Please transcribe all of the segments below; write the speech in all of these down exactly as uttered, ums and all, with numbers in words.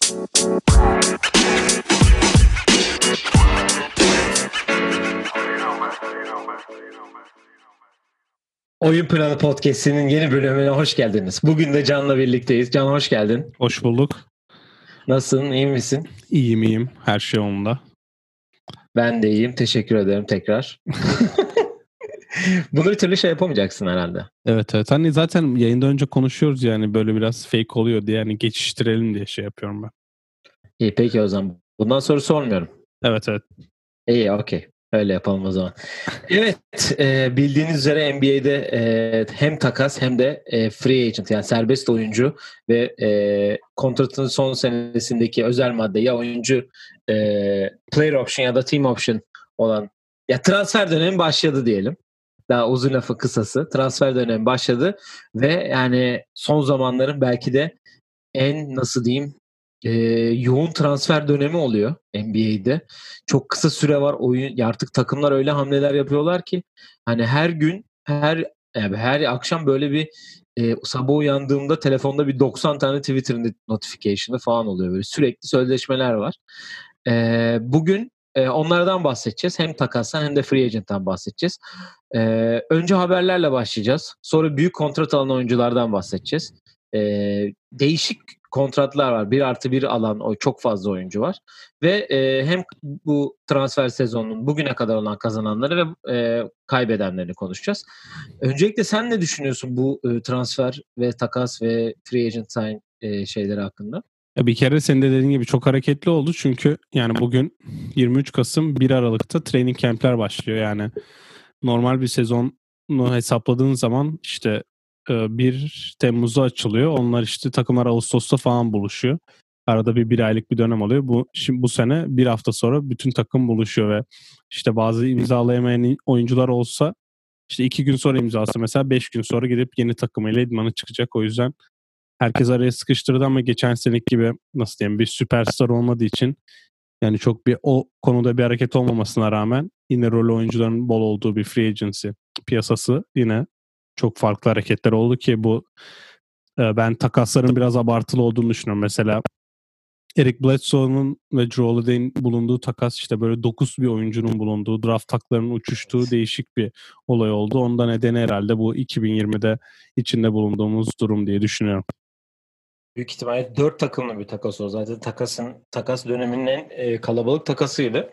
Oyun Planı Podcast'inin yeni bölümüne hoş geldiniz. Bugün de Can'la birlikteyiz. Can, hoş geldin. Hoş bulduk. Nasılsın, iyi misin? İyiyim iyiyim. Her şey yolunda. Ben de iyiyim. Teşekkür ederim tekrar. Bunu bir türlü şey yapamayacaksın herhalde. Evet evet. Hani zaten yayında önce konuşuyoruz yani böyle biraz fake oluyor diye yani geçiştirelim diye şey yapıyorum ben. İyi, peki o zaman. Bundan sonra sormuyorum. Evet evet. İyi, okey. Öyle yapalım o zaman. Evet, e, bildiğiniz üzere N B A'de e, hem takas hem de e, free agent, yani serbest oyuncu ve e, kontratının son senesindeki özel madde ya oyuncu e, player option ya da team option olan, ya transfer dönemi başladı diyelim. Daha uzun lafı kısası, transfer dönemi başladı ve yani son zamanların belki de en nasıl diyeyim e, yoğun transfer dönemi oluyor N B A'de. Çok kısa süre var oyun. Artık takımlar öyle hamleler yapıyorlar ki hani her gün her yani her akşam böyle bir e, sabah uyandığımda telefonda bir doksan tane Twitter notification'ı falan oluyor. Böyle sürekli sözleşmeler var. E, bugün e, onlardan bahsedeceğiz. Hem takastan hem de free agent'tan bahsedeceğiz. E, önce haberlerle başlayacağız. Sonra büyük kontrat alan oyunculardan bahsedeceğiz. E, değişik kontratlar var. Bir artı bir alan o çok fazla oyuncu var. Ve e, hem bu transfer sezonunun bugüne kadar olan kazananları ve e, kaybedenlerini konuşacağız. Öncelikle sen ne düşünüyorsun bu e, transfer ve takas ve free agent sign e, şeyleri hakkında? Ya bir kere senin de dediğin gibi çok hareketli oldu çünkü yani bugün yirmi üç Kasım bir Aralık'ta training camp'ler başlıyor. Yani normal bir sezonu hesapladığın zaman işte bir Temmuz'da açılıyor. Onlar işte takımlar Ağustos'ta falan buluşuyor. Arada bir bir aylık bir dönem oluyor. Bu şimdi bu sene bir hafta sonra bütün takım buluşuyor ve işte bazı imzalayamayan oyuncular olsa işte iki gün sonra imzası mesela beş gün sonra gidip yeni takımıyla idmana çıkacak. O yüzden herkes araya sıkıştırdı ama geçen seneki gibi nasıl diyeyim bir süperstar olmadığı için yani çok bir o konuda bir hareket olmamasına rağmen yine rol oyuncuların bol olduğu bir free agency piyasası yine çok farklı hareketler oldu ki bu ben takasların biraz abartılı olduğunu düşünüyorum. Mesela Eric Bledsoe'nun ve Jrue Holiday'in bulunduğu takas işte böyle dokuz bir oyuncunun bulunduğu, draft taklarının uçuştuğu değişik bir olay oldu. Ondan nedeni herhalde bu iki bin yirmide içinde bulunduğumuz durum diye düşünüyorum. Büyük ihtimalle dört takımlı bir takas o. Zaten takasın takas döneminin en e, kalabalık takasıydı.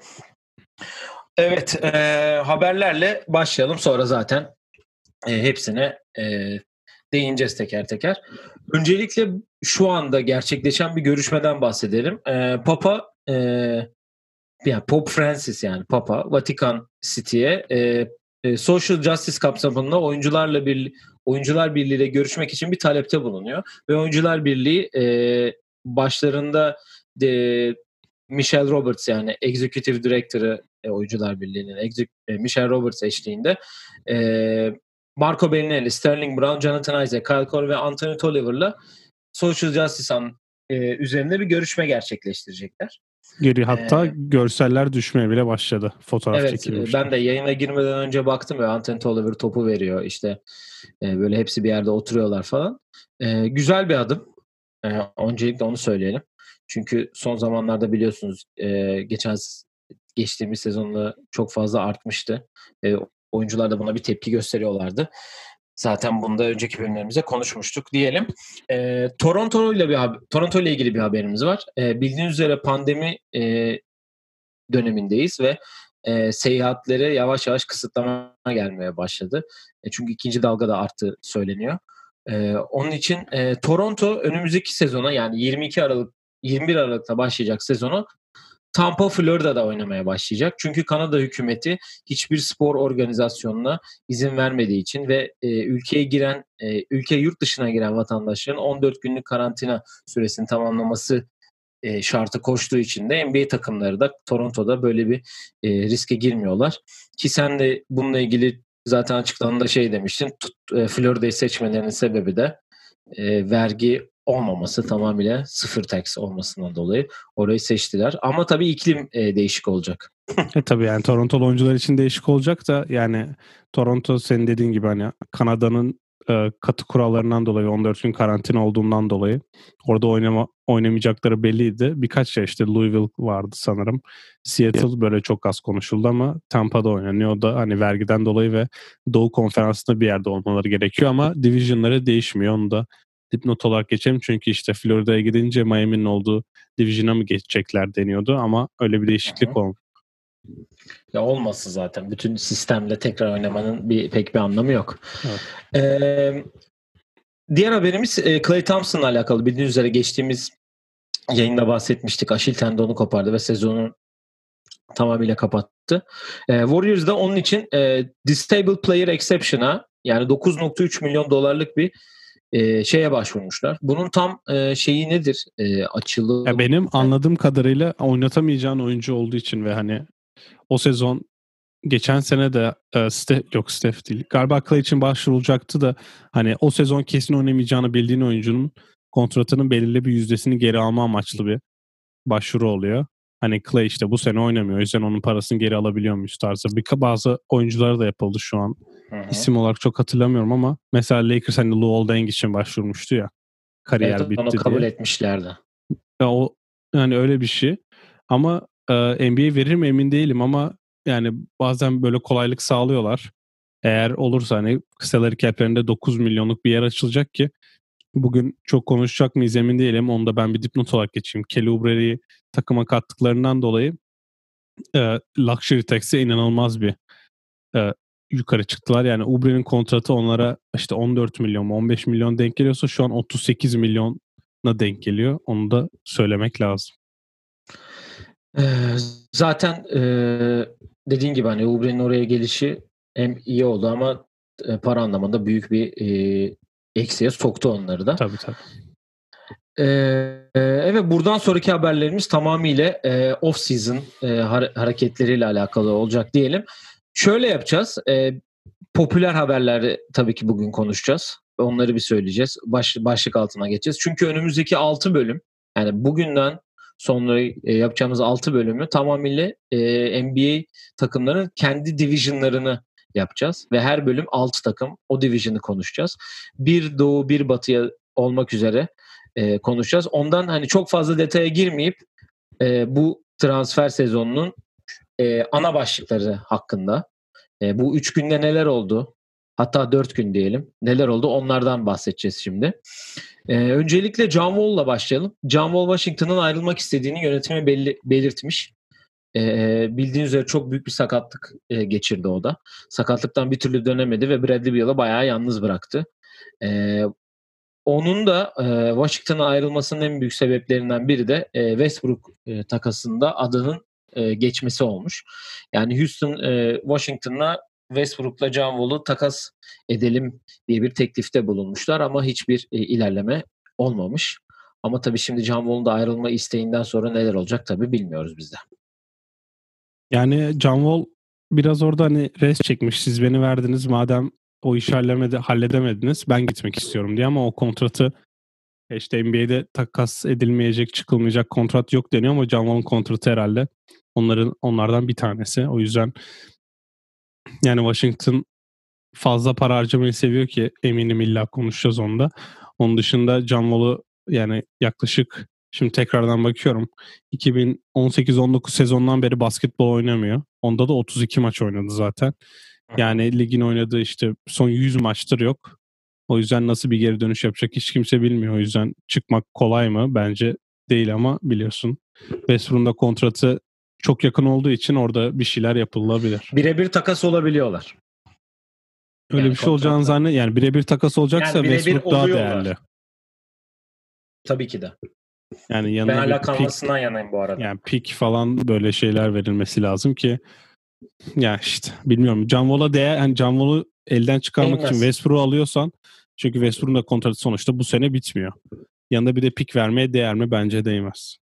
Evet, e, haberlerle başlayalım. Sonra zaten e, hepsine e, değineceğiz teker teker. Öncelikle şu anda gerçekleşen bir görüşmeden bahsedelim. E, Papa, e, yani Pope Francis yani Papa, Vatikan City'ye e, e, Social Justice kapsamında oyuncularla bir oyuncular birliğiyle görüşmek için bir talepte bulunuyor ve oyuncular birliği e, başlarında de, Michelle Roberts yani Executive Director'ı e, oyuncular birliğinin exec, e, Michelle Roberts eşliğinde e, Marco Bellinelli, Sterling Brown, Jonathan Isaac, Kyle Korver ve Anthony Tolliver'la Social Justice'ın e, üzerinde bir görüşme gerçekleştirecekler. Geri hatta ee, görseller düşmeye bile başladı. Fotoğraf evet, çekilmiş. Ben de yayına girmeden önce baktım ve Anthony Tolliver topu veriyor. İşte e, böyle hepsi bir yerde oturuyorlar falan. E, güzel bir adım. E, öncelikle onu söyleyelim. Çünkü son zamanlarda biliyorsunuz e, geçen geçtiğimiz sezonda çok fazla artmıştı. E, oyuncular da buna bir tepki gösteriyorlardı. Zaten bunda önceki bölümlerimizde konuşmuştuk diyelim. E, Toronto ile bir haber, Toronto ile ilgili bir haberimiz var. E, bildiğiniz üzere pandemi e, dönemindeyiz ve e, seyahatleri yavaş yavaş kısıtlama gelmeye başladı. E, çünkü ikinci dalga da arttı söyleniyor. E, onun için e, Toronto önümüzdeki sezona yani yirmi iki Aralık yirmi bir Aralık'ta başlayacak sezonu Tampa, Florida'da oynamaya başlayacak. Çünkü Kanada hükümeti hiçbir spor organizasyonuna izin vermediği için ve e, ülkeye giren, e, ülke yurt dışına giren vatandaşların on dört günlük karantina süresini tamamlaması e, şartı koştuğu için de N B A takımları da Toronto'da böyle bir e, riske girmiyorlar. Ki sen de bununla ilgili zaten açıklandığında şey demiştin, e, Florida'yı seçmelerinin sebebi de e, vergi olmaması, tamamıyla sıfır tax olmasından dolayı orayı seçtiler. Ama tabii iklim e, değişik olacak. e tabii yani Toronto'lu oyuncular için değişik olacak da yani Toronto senin dediğin gibi hani Kanada'nın e, katı kurallarından dolayı, on dört gün karantina olduğundan dolayı orada oynama oynamayacakları belliydi. Birkaç şey işte Louisville vardı sanırım. Seattle böyle çok az konuşuldu ama Tampa'da oynanıyor. O da hani vergiden dolayı ve Doğu Konferansı'nda bir yerde olmaları gerekiyor ama divisionları değişmiyor. Onu da dipnot olarak geçelim çünkü işte Florida'ya gidince Miami'nin olduğu division'a mı geçecekler deniyordu ama öyle bir değişiklik olmadı. Ya olmasın zaten. Bütün sistemle tekrar oynamanın bir pek bir anlamı yok. Evet. Ee, diğer haberimiz e, Klay Thompson'la alakalı. Bildiğiniz üzere geçtiğimiz yayında bahsetmiştik. Aşil tendonu kopardı ve sezonu tamamıyla kapattı. E, Warriors da onun için e, Disabled Player Exception'a yani dokuz nokta üç milyon dolarlık bir e, şeye başvurmuşlar. Bunun tam e, şeyi nedir? E, açılı. Ya benim anladığım kadarıyla oynatamayacağın oyuncu olduğu için ve hani o sezon geçen sene de e, Steph, yok Steph değil. Galiba Clay için başvurulacaktı da hani o sezon kesin oynamayacağını bildiğin oyuncunun kontratının belirli bir yüzdesini geri alma amaçlı bir başvuru oluyor. Hani Clay işte bu sene oynamıyor. O yüzden onun parasını geri alabiliyor muyuz tarzı. Bir, bazı oyunculara da yapıldı şu an. Hı hı. İsim olarak çok hatırlamıyorum ama mesela Lakers hani Lou Deng için başvurmuştu ya. Kariyer evet, bitti onu diye. kabul etmişlerdi. Ya o yani öyle bir şey. Ama e, N B A verir mi emin değilim ama yani bazen böyle kolaylık sağlıyorlar. Eğer olursa hani salary cap'lerinde dokuz milyonluk bir yer açılacak ki bugün çok konuşacak mıyız emin değilim. Onu da ben bir dipnot olarak geçeyim. Kelly Oubre'yi takıma kattıklarından dolayı e, luxury tax'e inanılmaz bir e, yukarı çıktılar. Yani Oubre'nin kontratı onlara işte on dört milyon on beş milyon denk geliyorsa şu an otuz sekiz milyona denk geliyor. Onu da söylemek lazım. Ee, zaten e, dediğin gibi hani Oubre'nin oraya gelişi hem iyi oldu ama e, para anlamında büyük bir e, eksiye soktu onları da. Tabii tabii. Ee, e, evet buradan sonraki haberlerimiz tamamıyla e, off-season e, har- hareketleriyle alakalı olacak diyelim. Şöyle yapacağız. E, popüler haberleri tabii ki bugün konuşacağız. Onları bir söyleyeceğiz. Baş, başlık altına geçeceğiz. Çünkü önümüzdeki altı bölüm yani bugünden sonra e, yapacağımız altı bölümü tamamıyla e, N B A takımlarının kendi divisionlarını yapacağız. Ve her bölüm altı takım o division'ı konuşacağız. Bir doğu bir batıya olmak üzere e, konuşacağız. Ondan hani çok fazla detaya girmeyip e, bu transfer sezonunun e, ana başlıkları hakkında e, bu üç günde neler oldu? Hatta dört gün diyelim. Neler oldu? Onlardan bahsedeceğiz şimdi. E, öncelikle John Wall'la başlayalım. John Wall Washington'ın ayrılmak istediğini yönetime belli, belirtmiş. E, bildiğiniz üzere çok büyük bir sakatlık e, geçirdi o da. Sakatlıktan bir türlü dönemedi ve Bradley Beal'ı bayağı yalnız bıraktı. E, onun da e, Washington'a ayrılmasının en büyük sebeplerinden biri de e, Westbrook e, takasında adının e, geçmesi olmuş. Yani Houston e, Washington'la Westbrook'la John Wall'u takas edelim diye bir teklifte bulunmuşlar ama hiçbir e, ilerleme olmamış. Ama tabii şimdi John Wall'un da ayrılma isteğinden sonra neler olacak tabii bilmiyoruz biz de. Yani John Wall biraz orada hani res çekmiş. Siz beni verdiniz madem o işi hallemedi, halledemediniz ben gitmek istiyorum diye ama o kontratı işte N B A'de takas edilmeyecek, çıkılmayacak kontrat yok deniyor ama John Wall'un kontratı herhalde onların onlardan bir tanesi. O yüzden yani Washington fazla para harcamayı seviyor ki eminim illa konuşacağız onda. Onun dışında John Wall'u yani yaklaşık şimdi tekrardan bakıyorum iki bin on sekiz on dokuz sezondan beri basketbol oynamıyor. Onda da otuz iki maç oynadı zaten. Yani ligin oynadığı işte son yüz maçtır yok. O yüzden nasıl bir geri dönüş yapacak hiç kimse bilmiyor. O yüzden çıkmak kolay mı? Bence değil ama biliyorsun. Westbrook'un da kontratı çok yakın olduğu için orada bir şeyler yapılabilir. Birebir takas olabiliyorlar. Öyle yani bir şey olacağını zannet. Yani birebir takas olacaksa yani Westbrook daha değerli. Tabii ki de. Yani yanına ben hala bir kalmasından yanayım bu arada. Yani pick falan böyle şeyler verilmesi lazım ki ya işte bilmiyorum. John Wall'a değer yani John Wall'u elden çıkarmak Değmez. için Westbrook'u alıyorsan çünkü Westbrook'un da kontratı sonuçta bu sene bitmiyor. Yanında bir de pick vermeye değer mi? Bence değmez.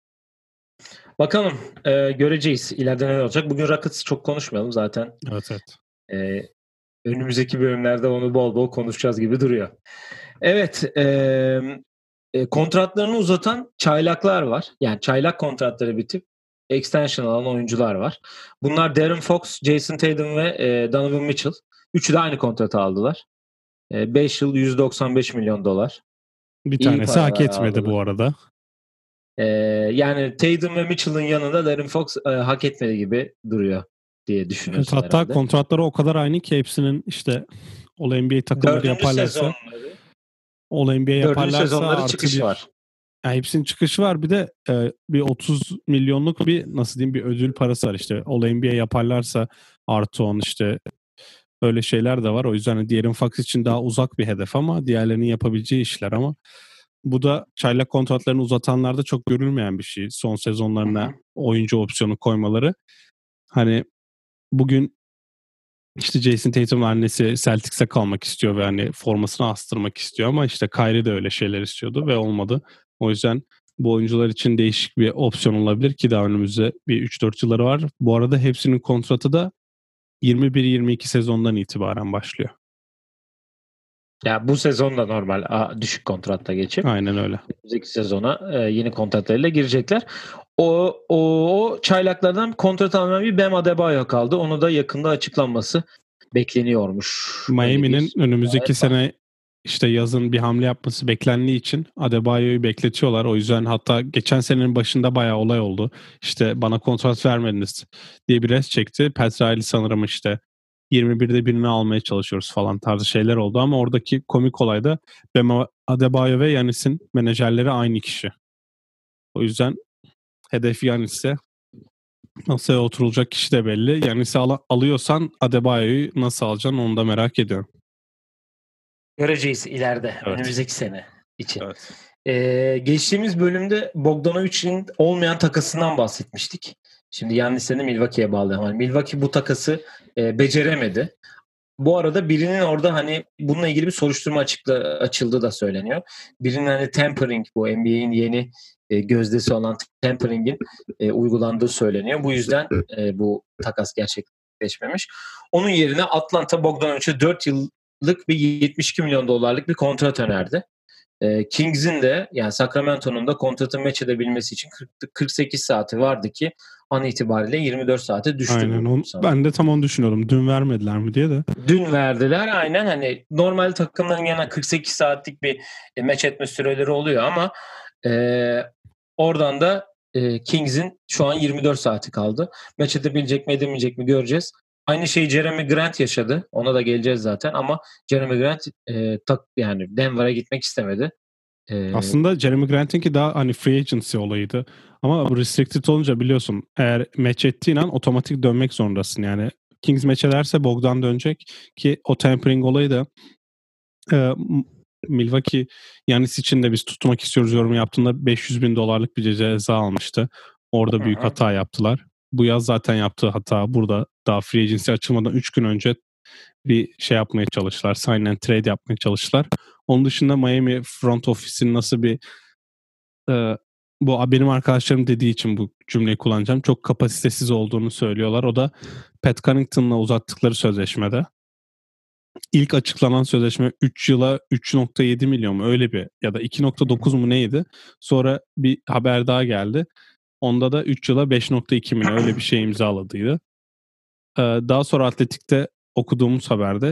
Bakalım e, göreceğiz. İleride ne olacak? Bugün Rockets'ı çok konuşmayalım zaten. Evet evet. E, önümüzdeki bölümlerde onu bol bol konuşacağız gibi duruyor. Evet. E, e, kontratlarını uzatan çaylaklar var. Yani çaylak kontratları bitip extension alan oyuncular var. Bunlar Darren Fox, Jason Tatum ve e, Donovan Mitchell. Üçü de aynı kontratı aldılar. beş yıl yüz doksan beş milyon dolar. Bir İyi tanesi hak paralar etmedi aldılar. bu arada. Ee, yani Tatum ve Mitchell'ın yanında Darren Fox e, hak etmedi gibi duruyor diye Evet, düşünüyorsun hatta herhalde. kontratları o kadar aynı ki hepsinin işte All-N B A takımları Dördüncü yaparlarsa sezonları, All-N B A dördüncü yaparlarsa sezonları artı çıkışı bir. var. Yani hepsinin çıkışı var. Bir de e, bir otuz milyonluk bir nasıl diyeyim bir ödül parası var işte. All-N B A yaparlarsa artı on işte öyle şeyler de var. O yüzden hani De'Aaron Fox için daha uzak bir hedef ama diğerlerinin yapabileceği işler ama bu da çaylak kontratlarını uzatanlarda çok görülmeyen bir şey. Son sezonlarına Hı hı. oyuncu opsiyonu koymaları. Hani bugün işte Jason Tatum'un annesi Celtics'e kalmak istiyor ve hani formasını astırmak istiyor ama işte Kyrie de öyle şeyler istiyordu ve olmadı. O yüzden bu oyuncular için değişik bir opsiyon olabilir ki daha önümüzde bir üç dört yılları var. Bu arada hepsinin kontratı da yirmi bir yirmi iki sezondan itibaren başlıyor. Ya bu sezon da normal a, düşük kontratta geçip Aynen öyle. önümüzdeki sezona e, yeni kontratlarıyla girecekler. O, o, o çaylaklardan kontrat almayan bir Bam Adebayo kaldı. Onu da yakında açıklanması bekleniyormuş. Öyle Miami'nin bir önümüzdeki hikaye var. sene işte yazın bir hamle yapması beklendiği için Adebayo'yu bekletiyorlar. O yüzden hatta geçen senenin başında bayağı olay oldu. İşte bana kontrat vermediniz diye bir res çekti. Pat Riley sanırım işte yirmi birde birini almaya çalışıyoruz falan tarzı şeyler oldu ama oradaki komik olay da Bam Adebayo ve Giannis'in menajerleri aynı kişi. O yüzden hedef Giannis'e masaya oturulacak kişi de belli. Giannis'i al- alıyorsan Adebayo'yu nasıl alacaksın onu da merak ediyorum. Göreceğiz ileride. Evet. Önümüzdeki sene için. Evet. Ee, geçtiğimiz bölümde Bogdanovic'in olmayan takasından bahsetmiştik. Şimdi Giannis'le Milwaukee'ye bağlı. Yani Milwaukee bu takası e, beceremedi. Bu arada birinin orada hani bununla ilgili bir soruşturma açıkla, açıldığı da söyleniyor. Birinin hani tampering, bu N B A'in yeni e, gözdesi olan tampering'in e, uygulandığı söyleniyor. Bu yüzden e, bu takas gerçekleşmemiş. Onun yerine Atlanta Bogdanovic'e dört yıllık bir yetmiş iki milyon dolarlık bir kontrat önerdi. E, Kings'in de yani Sacramento'nun da kontratı match edebilmesi için kırk, kırk sekiz saati vardı ki an itibariyle yirmi dört saate düştü. Aynen. Bu On, sanırım. ben de tam onu düşünüyordum. Dün vermediler mi diye de. Dün verdiler aynen, hani normal takımların genel kırk sekiz saatlik bir e, maç etme süreleri oluyor ama e, oradan da e, Kings'in şu an yirmi dört saati kaldı. Maç edebilecek mi edemeyecek mi göreceğiz. Aynı şeyi Jeremy Grant yaşadı. Ona da geleceğiz zaten ama Jeremy Grant e, tak, yani Denver'a gitmek istemedi. E, Aslında Jeremy Grant'inki daha hani free agency olayıydı. Ama bu restricted olunca biliyorsun eğer match ettiğin an otomatik dönmek zorundasın. Yani Kings match ederse Bogdan dönecek ki o tampering olayı da e, Milwaukee Giannis için de biz tutmak istiyoruz yorumu yaptığında beş yüz bin dolarlık bir ceza almıştı. Orada büyük hı. hata yaptılar. Bu yaz zaten yaptığı hata burada daha free agency açılmadan üç gün önce bir şey yapmaya çalıştılar. Sign and trade yapmaya çalıştılar. Onun dışında Miami front office'in nasıl bir e, bu benim arkadaşlarım dediği için bu cümleyi kullanacağım. Çok kapasitesiz olduğunu söylüyorlar. O da Pat Connaughton'la uzattıkları sözleşmede. İlk açıklanan sözleşme üç yıla üç nokta yedi milyon mu öyle bir ya da iki nokta dokuz mu neydi? Sonra bir haber daha geldi. Onda da üç yıla beş nokta iki milyon öyle bir şey imzaladıydı. Ee, daha sonra Atletik'te okuduğumuz haberde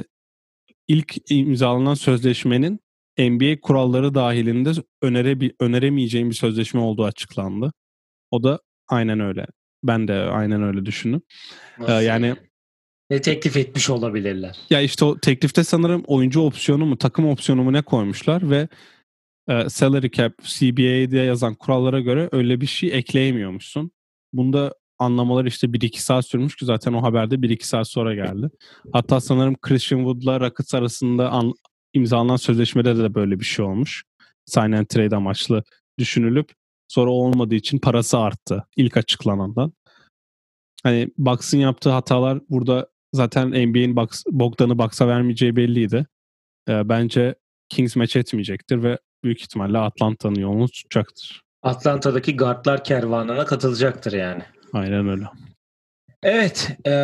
ilk imzalanan sözleşmenin N B A kuralları dahilinde önere, öneremeyeceğim bir sözleşme olduğu açıklandı. O da aynen öyle. Ben de aynen öyle düşündüm. Ee, Nasıl yani yani? Ne teklif etmiş olabilirler? ya işte o teklifte sanırım oyuncu opsiyonu mu takım opsiyonu mu ne koymuşlar ve e, salary cap C B A'de yazan kurallara göre öyle bir şey ekleyemiyormuşsun. Bunda anlamaları işte bir iki saat sürmüş ki zaten o haberde bir iki saat sonra geldi. Hatta sanırım Christian Wood'la Rockets arasında an, imzalanan sözleşmede de böyle bir şey olmuş. Sign and trade amaçlı düşünülüp sonra olmadığı için parası arttı ilk açıklanandan. Hani Bucks'ın yaptığı hatalar burada zaten N B A'in Bucks, Bogdan'ı Bucks'a vermeyeceği belliydi. E, bence Kings maç etmeyecektir ve büyük ihtimalle Atlanta'nın yolunu tutacaktır. Atlanta'daki guardlar kervanına katılacaktır yani. Aynen öyle. Evet. E,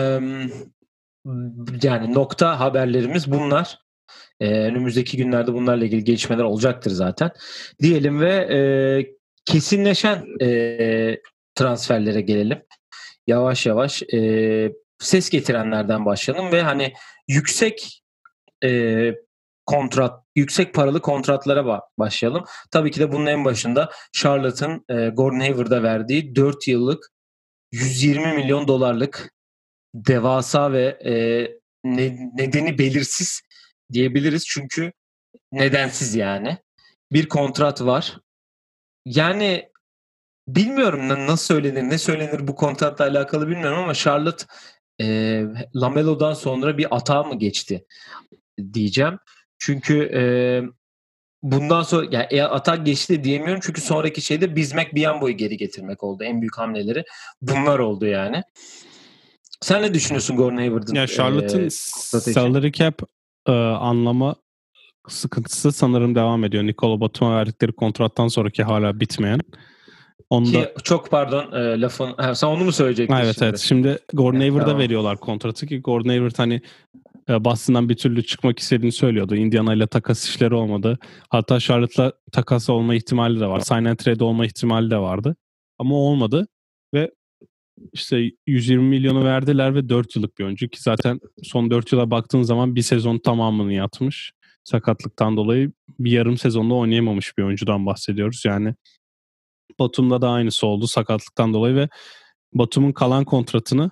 yani nokta haberlerimiz bunlar. E, önümüzdeki günlerde bunlarla ilgili gelişmeler olacaktır zaten. Diyelim ve e, kesinleşen e, transferlere gelelim. Yavaş yavaş e, ses getirenlerden başlayalım ve hani yüksek e, kontrat, yüksek paralı kontratlara başlayalım. Tabii ki de bunun en başında Charlotte'ın e, Gordon Hayward'a verdiği dört yıllık yüz yirmi milyon dolarlık devasa ve e, ne, nedeni belirsiz diyebiliriz. Çünkü nedensiz yani. Bir kontrat var. Yani bilmiyorum nasıl söylenir, ne söylenir bu kontratla alakalı bilmiyorum ama Charlotte e, Lamelo'dan sonra bir atağa mı geçti diyeceğim. Çünkü e, bundan sonra yani e, atak geçti diyemiyorum çünkü sonraki şeyde Bismack Biyombo'yu geri getirmek oldu. En büyük hamleleri bunlar oldu yani. Sen ne düşünüyorsun Gordon Hayward'ın? Ya Charlotte'ın e, salary cap e, anlama sıkıntısı sanırım devam ediyor. Nikola Batum'a verdikleri kontrattan sonraki hala bitmeyen. Onda... Ki çok pardon e, lafın ha, sen onu mu söyleyecektin? Evet şimdi? evet. Şimdi Gordon Hayward'a tamam. veriyorlar kontratı ki Gordon Hayward hani Boston'dan bir türlü çıkmak istediğini söylüyordu. Indiana ile takas işleri olmadı. Hatta Charlotte'la takas olma ihtimali de var. Sign and trade olma ihtimali de vardı. Ama olmadı ve işte yüz yirmi milyonu verdiler ve dört yıllık bir oyuncu ki zaten son dört yıla baktığın zaman bir sezon tamamını yatmış. Sakatlıktan dolayı bir yarım sezonda oynayamamış bir oyuncudan bahsediyoruz. Yani Batum'da da aynısı oldu sakatlıktan dolayı ve Batum'un kalan kontratını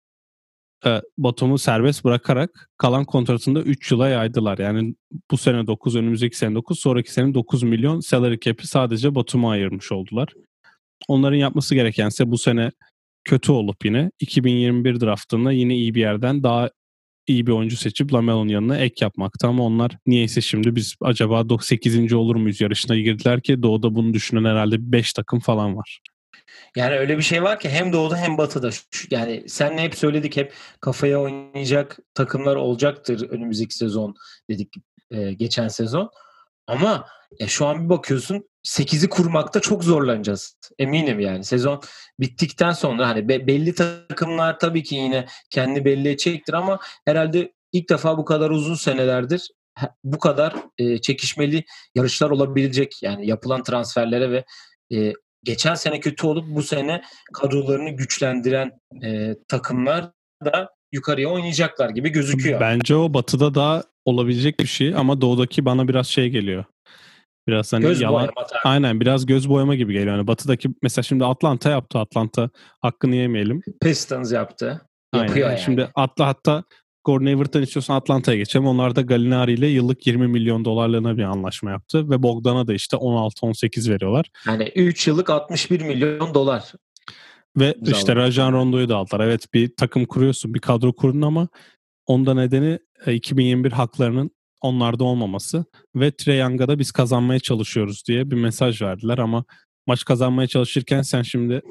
e, Batum'u serbest bırakarak kalan kontratında üç yıla yaydılar. Yani bu sene dokuz, önümüzdeki sene dokuz, sonraki sene dokuz milyon salary cap'i sadece Batum'a ayırmış oldular. Onların yapması gerekense bu sene kötü olup yine iki bin yirmi bir draftında yine iyi bir yerden daha iyi bir oyuncu seçip Lamelo'nun yanına ek yapmakta ama onlar niyeyse şimdi biz acaba sekizinci olur muyuz yarışına girdiler ki Doğu'da bunu düşünen herhalde beş takım falan var. Yani öyle bir şey var ki hem Doğu'da hem Batı'da. Yani seninle hep söyledik, hep kafaya oynayacak takımlar olacaktır önümüzdeki sezon dedik e, geçen sezon. Ama ya şu an bir bakıyorsun sekizi kurmakta çok zorlanacağız. Eminim yani. Sezon bittikten sonra hani be, belli takımlar tabii ki yine kendi belli edecektir ama herhalde ilk defa bu kadar uzun senelerdir bu kadar e, çekişmeli yarışlar olabilecek. Yani yapılan transferlere ve e, geçen sene kötü olup bu sene kadrolarını güçlendiren e, takımlar da yukarıya oynayacaklar gibi gözüküyor. Bence o Batı'da daha olabilecek bir şey ama Doğu'daki bana biraz şey geliyor. Biraz hani göz yalan. Boyama, aynen biraz göz boyama gibi geliyor. Yani Batı'daki mesela şimdi Atlanta yaptı. Atlanta hakkını yemeyelim. Pistons yaptı. Aynen. Yapıyor yani. yani. Şimdi atla hatta Gordon Hayward'dan istiyorsan Atlanta'ya geçelim. Onlar da Gallinari ile yıllık yirmi milyon dolarlığına bir anlaşma yaptı ve Bogdan'a da işte on altı on sekiz veriyorlar. Yani üç yıllık altmış bir milyon dolar. Ve işte Rajon Rondo'yu da aldılar. Evet bir takım kuruyorsun, bir kadro kurdun ama onda nedeni iki bin yirmi bir haklarının onlarda olmaması ve Trae Young'a da biz kazanmaya çalışıyoruz diye bir mesaj verdiler ama maç kazanmaya çalışırken sen şimdi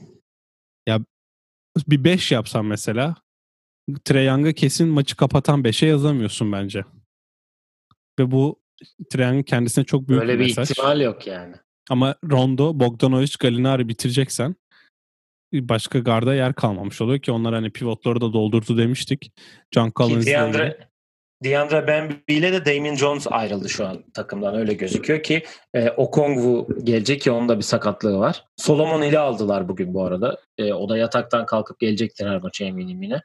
ya bir beş yapsan mesela Trae Young'a kesin maçı kapatan beşe yazamıyorsun bence. Ve bu Trae Young'ın kendisine çok büyük Öyle bir, bir mesaj. ihtimal yok yani. Ama Rondo, Bogdanovic, Gallinari bitireceksen başka garda yer kalmamış oluyor ki onlar hani pivotları da doldurdu demiştik. John Collins'la ilgili. DeAndre Bembry ile de Damian Jones ayrıldı şu an takımdan, öyle gözüküyor ki e, Okongwu gelecek ki onun da bir sakatlığı var. Solomon ile aldılar bugün bu arada. E, o da yataktan kalkıp gelecektir her maça eminim yine.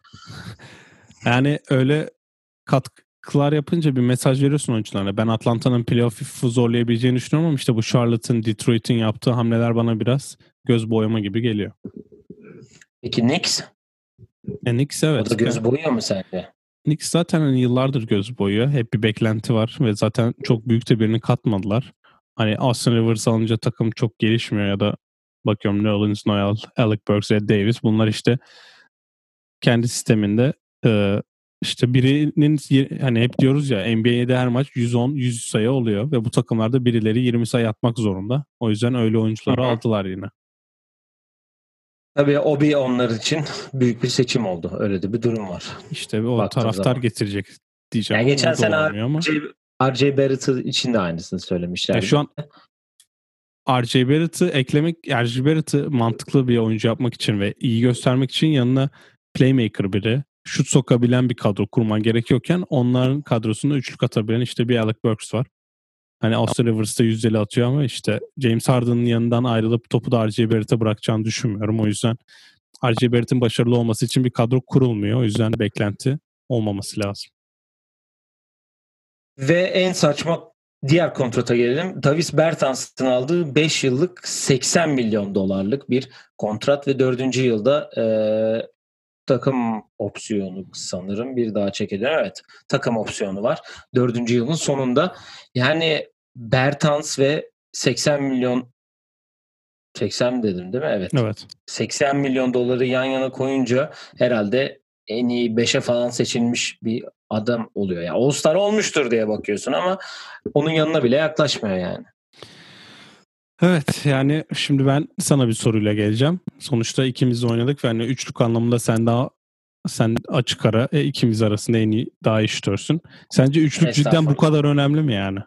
Yani öyle katkılar yapınca bir mesaj veriyorsun oyuncularına. Ben Atlanta'nın playoff'u zorlayabileceğini düşünüyorum ama işte bu Charlotte'ın, Detroit'in yaptığı hamleler bana biraz göz boyama gibi geliyor. Peki Knicks? E, Knicks evet. O da göz boyuyor mu sence? Knicks zaten hani yıllardır göz boyuyor. Hep bir beklenti var ve zaten çok büyük de birini katmadılar. Hani Austin Rivers alınca takım çok gelişmiyor ya da bakıyorum Nerlens Noel, Alec Burks ve Davis bunlar işte kendi sisteminde e, işte birinin hani hep diyoruz ya N B A'de her maç yüz on yüz sayı oluyor ve bu takımlarda birileri yirmi sayı atmak zorunda. O yüzden öyle oyuncuları Hı-hı. aldılar yine. Tabii o bir onlar için büyük bir seçim oldu. Öyle de bir durum var. İşte o Baktığım taraftar zaman. getirecek diyeceğim. Yani geçen sene R J Barrett için de aynısını söylemişlerdi. Ya şu an R J Barrett'ı eklemek, R J Barrett'ı mantıklı bir oyuncu yapmak için ve iyi göstermek için yanına playmaker biri, şut sokabilen bir kadro kurman gerekiyorken onların kadrosunda üçlük atabilen işte bir Alec Burks var. Hani Austin Rivers'ta yüzdeli atıyor ama işte James Harden'ın yanından ayrılıp topu da R J Barrett'e bırakacağını düşünmüyorum. O yüzden R J Barrett'in başarılı olması için bir kadro kurulmuyor. O yüzden beklenti olmaması lazım. Ve en saçma diğer kontrata gelelim. Davis Bertans'ın aldığı beş yıllık seksen milyon dolarlık bir kontrat ve dördüncü yılda e, takım opsiyonu sanırım bir daha çekiliyor. Evet, takım opsiyonu var. Dördüncü yılın sonunda. Yani Bertans ve seksen milyon seksen dedim değil mi? Evet. Evet. seksen milyon doları yan yana koyunca herhalde en iyi beşe falan seçilmiş bir adam oluyor. Yani All-Star olmuştur diye bakıyorsun ama onun yanına bile yaklaşmıyor yani. Evet, yani şimdi ben sana bir soruyla geleceğim. Sonuçta ikimiz de oynadık ve hani üçlük anlamında sen daha sen açık ara e, ikimiz arasında en iyi daha iyi şutörsün. Sence üçlük cidden bu kadar önemli mi yani?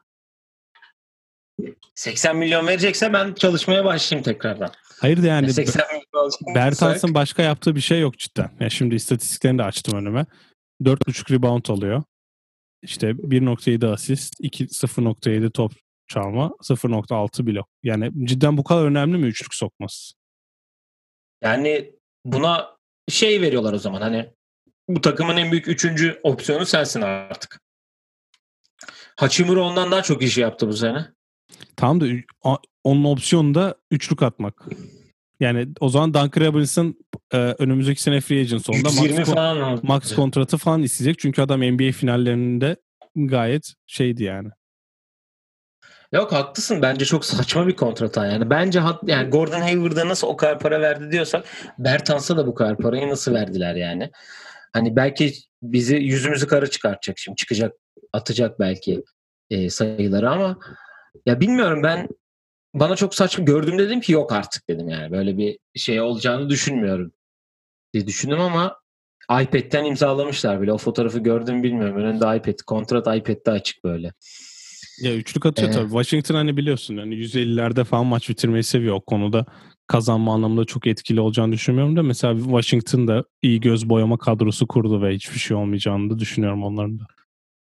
seksen milyon verecekse ben çalışmaya başlayayım tekrardan. Hayır da yani Bertans'ın başka yaptığı bir şey yok cidden. Ya şimdi istatistiklerini de açtım önüme. dört buçuk rebound alıyor. İşte bir nokta yedi asist, sıfır nokta yedi top çalma, sıfır nokta altı blok. Yani cidden bu kadar önemli mi üçlük sokması? Yani buna şey veriyorlar o zaman, hani bu takımın en büyük üçüncü opsiyonu sensin artık. Hachimura ondan daha çok işi yaptı bu sene. Tamam da onun opsiyonu da üçlük atmak. Yani o zaman Duncan Robinson e, önümüzdeki sene free agent sonunda max, falan max kontratı falan isteyecek. Çünkü adam N B A finallerinde gayet şeydi yani. Yok, haklısın. Bence çok saçma bir kontrat yani. Bence hat, yani Gordon Hayward'a nasıl o kadar para verdi diyorsak Bertans'a da bu kadar parayı nasıl verdiler yani. Hani belki bizi yüzümüzü kara çıkartacak şimdi. Çıkacak, atacak belki e, sayıları ama ya bilmiyorum, ben bana çok saçma gördüm, dedim ki yok artık dedim yani. Böyle bir şey olacağını düşünmüyorum diye düşündüm ama iPad'den imzalamışlar bile. O fotoğrafı gördüm bilmiyorum. Önünde iPad, kontrat iPad'de açık böyle. Ya üçlük atıyor ee, tabii. Washington hani biliyorsun yani yüz ellilerde falan maç bitirmeyi seviyor. O konuda kazanma anlamında çok etkili olacağını düşünmüyorum da mesela Washington'da iyi göz boyama kadrosu kurdu ve hiçbir şey olmayacağını da düşünüyorum onların da.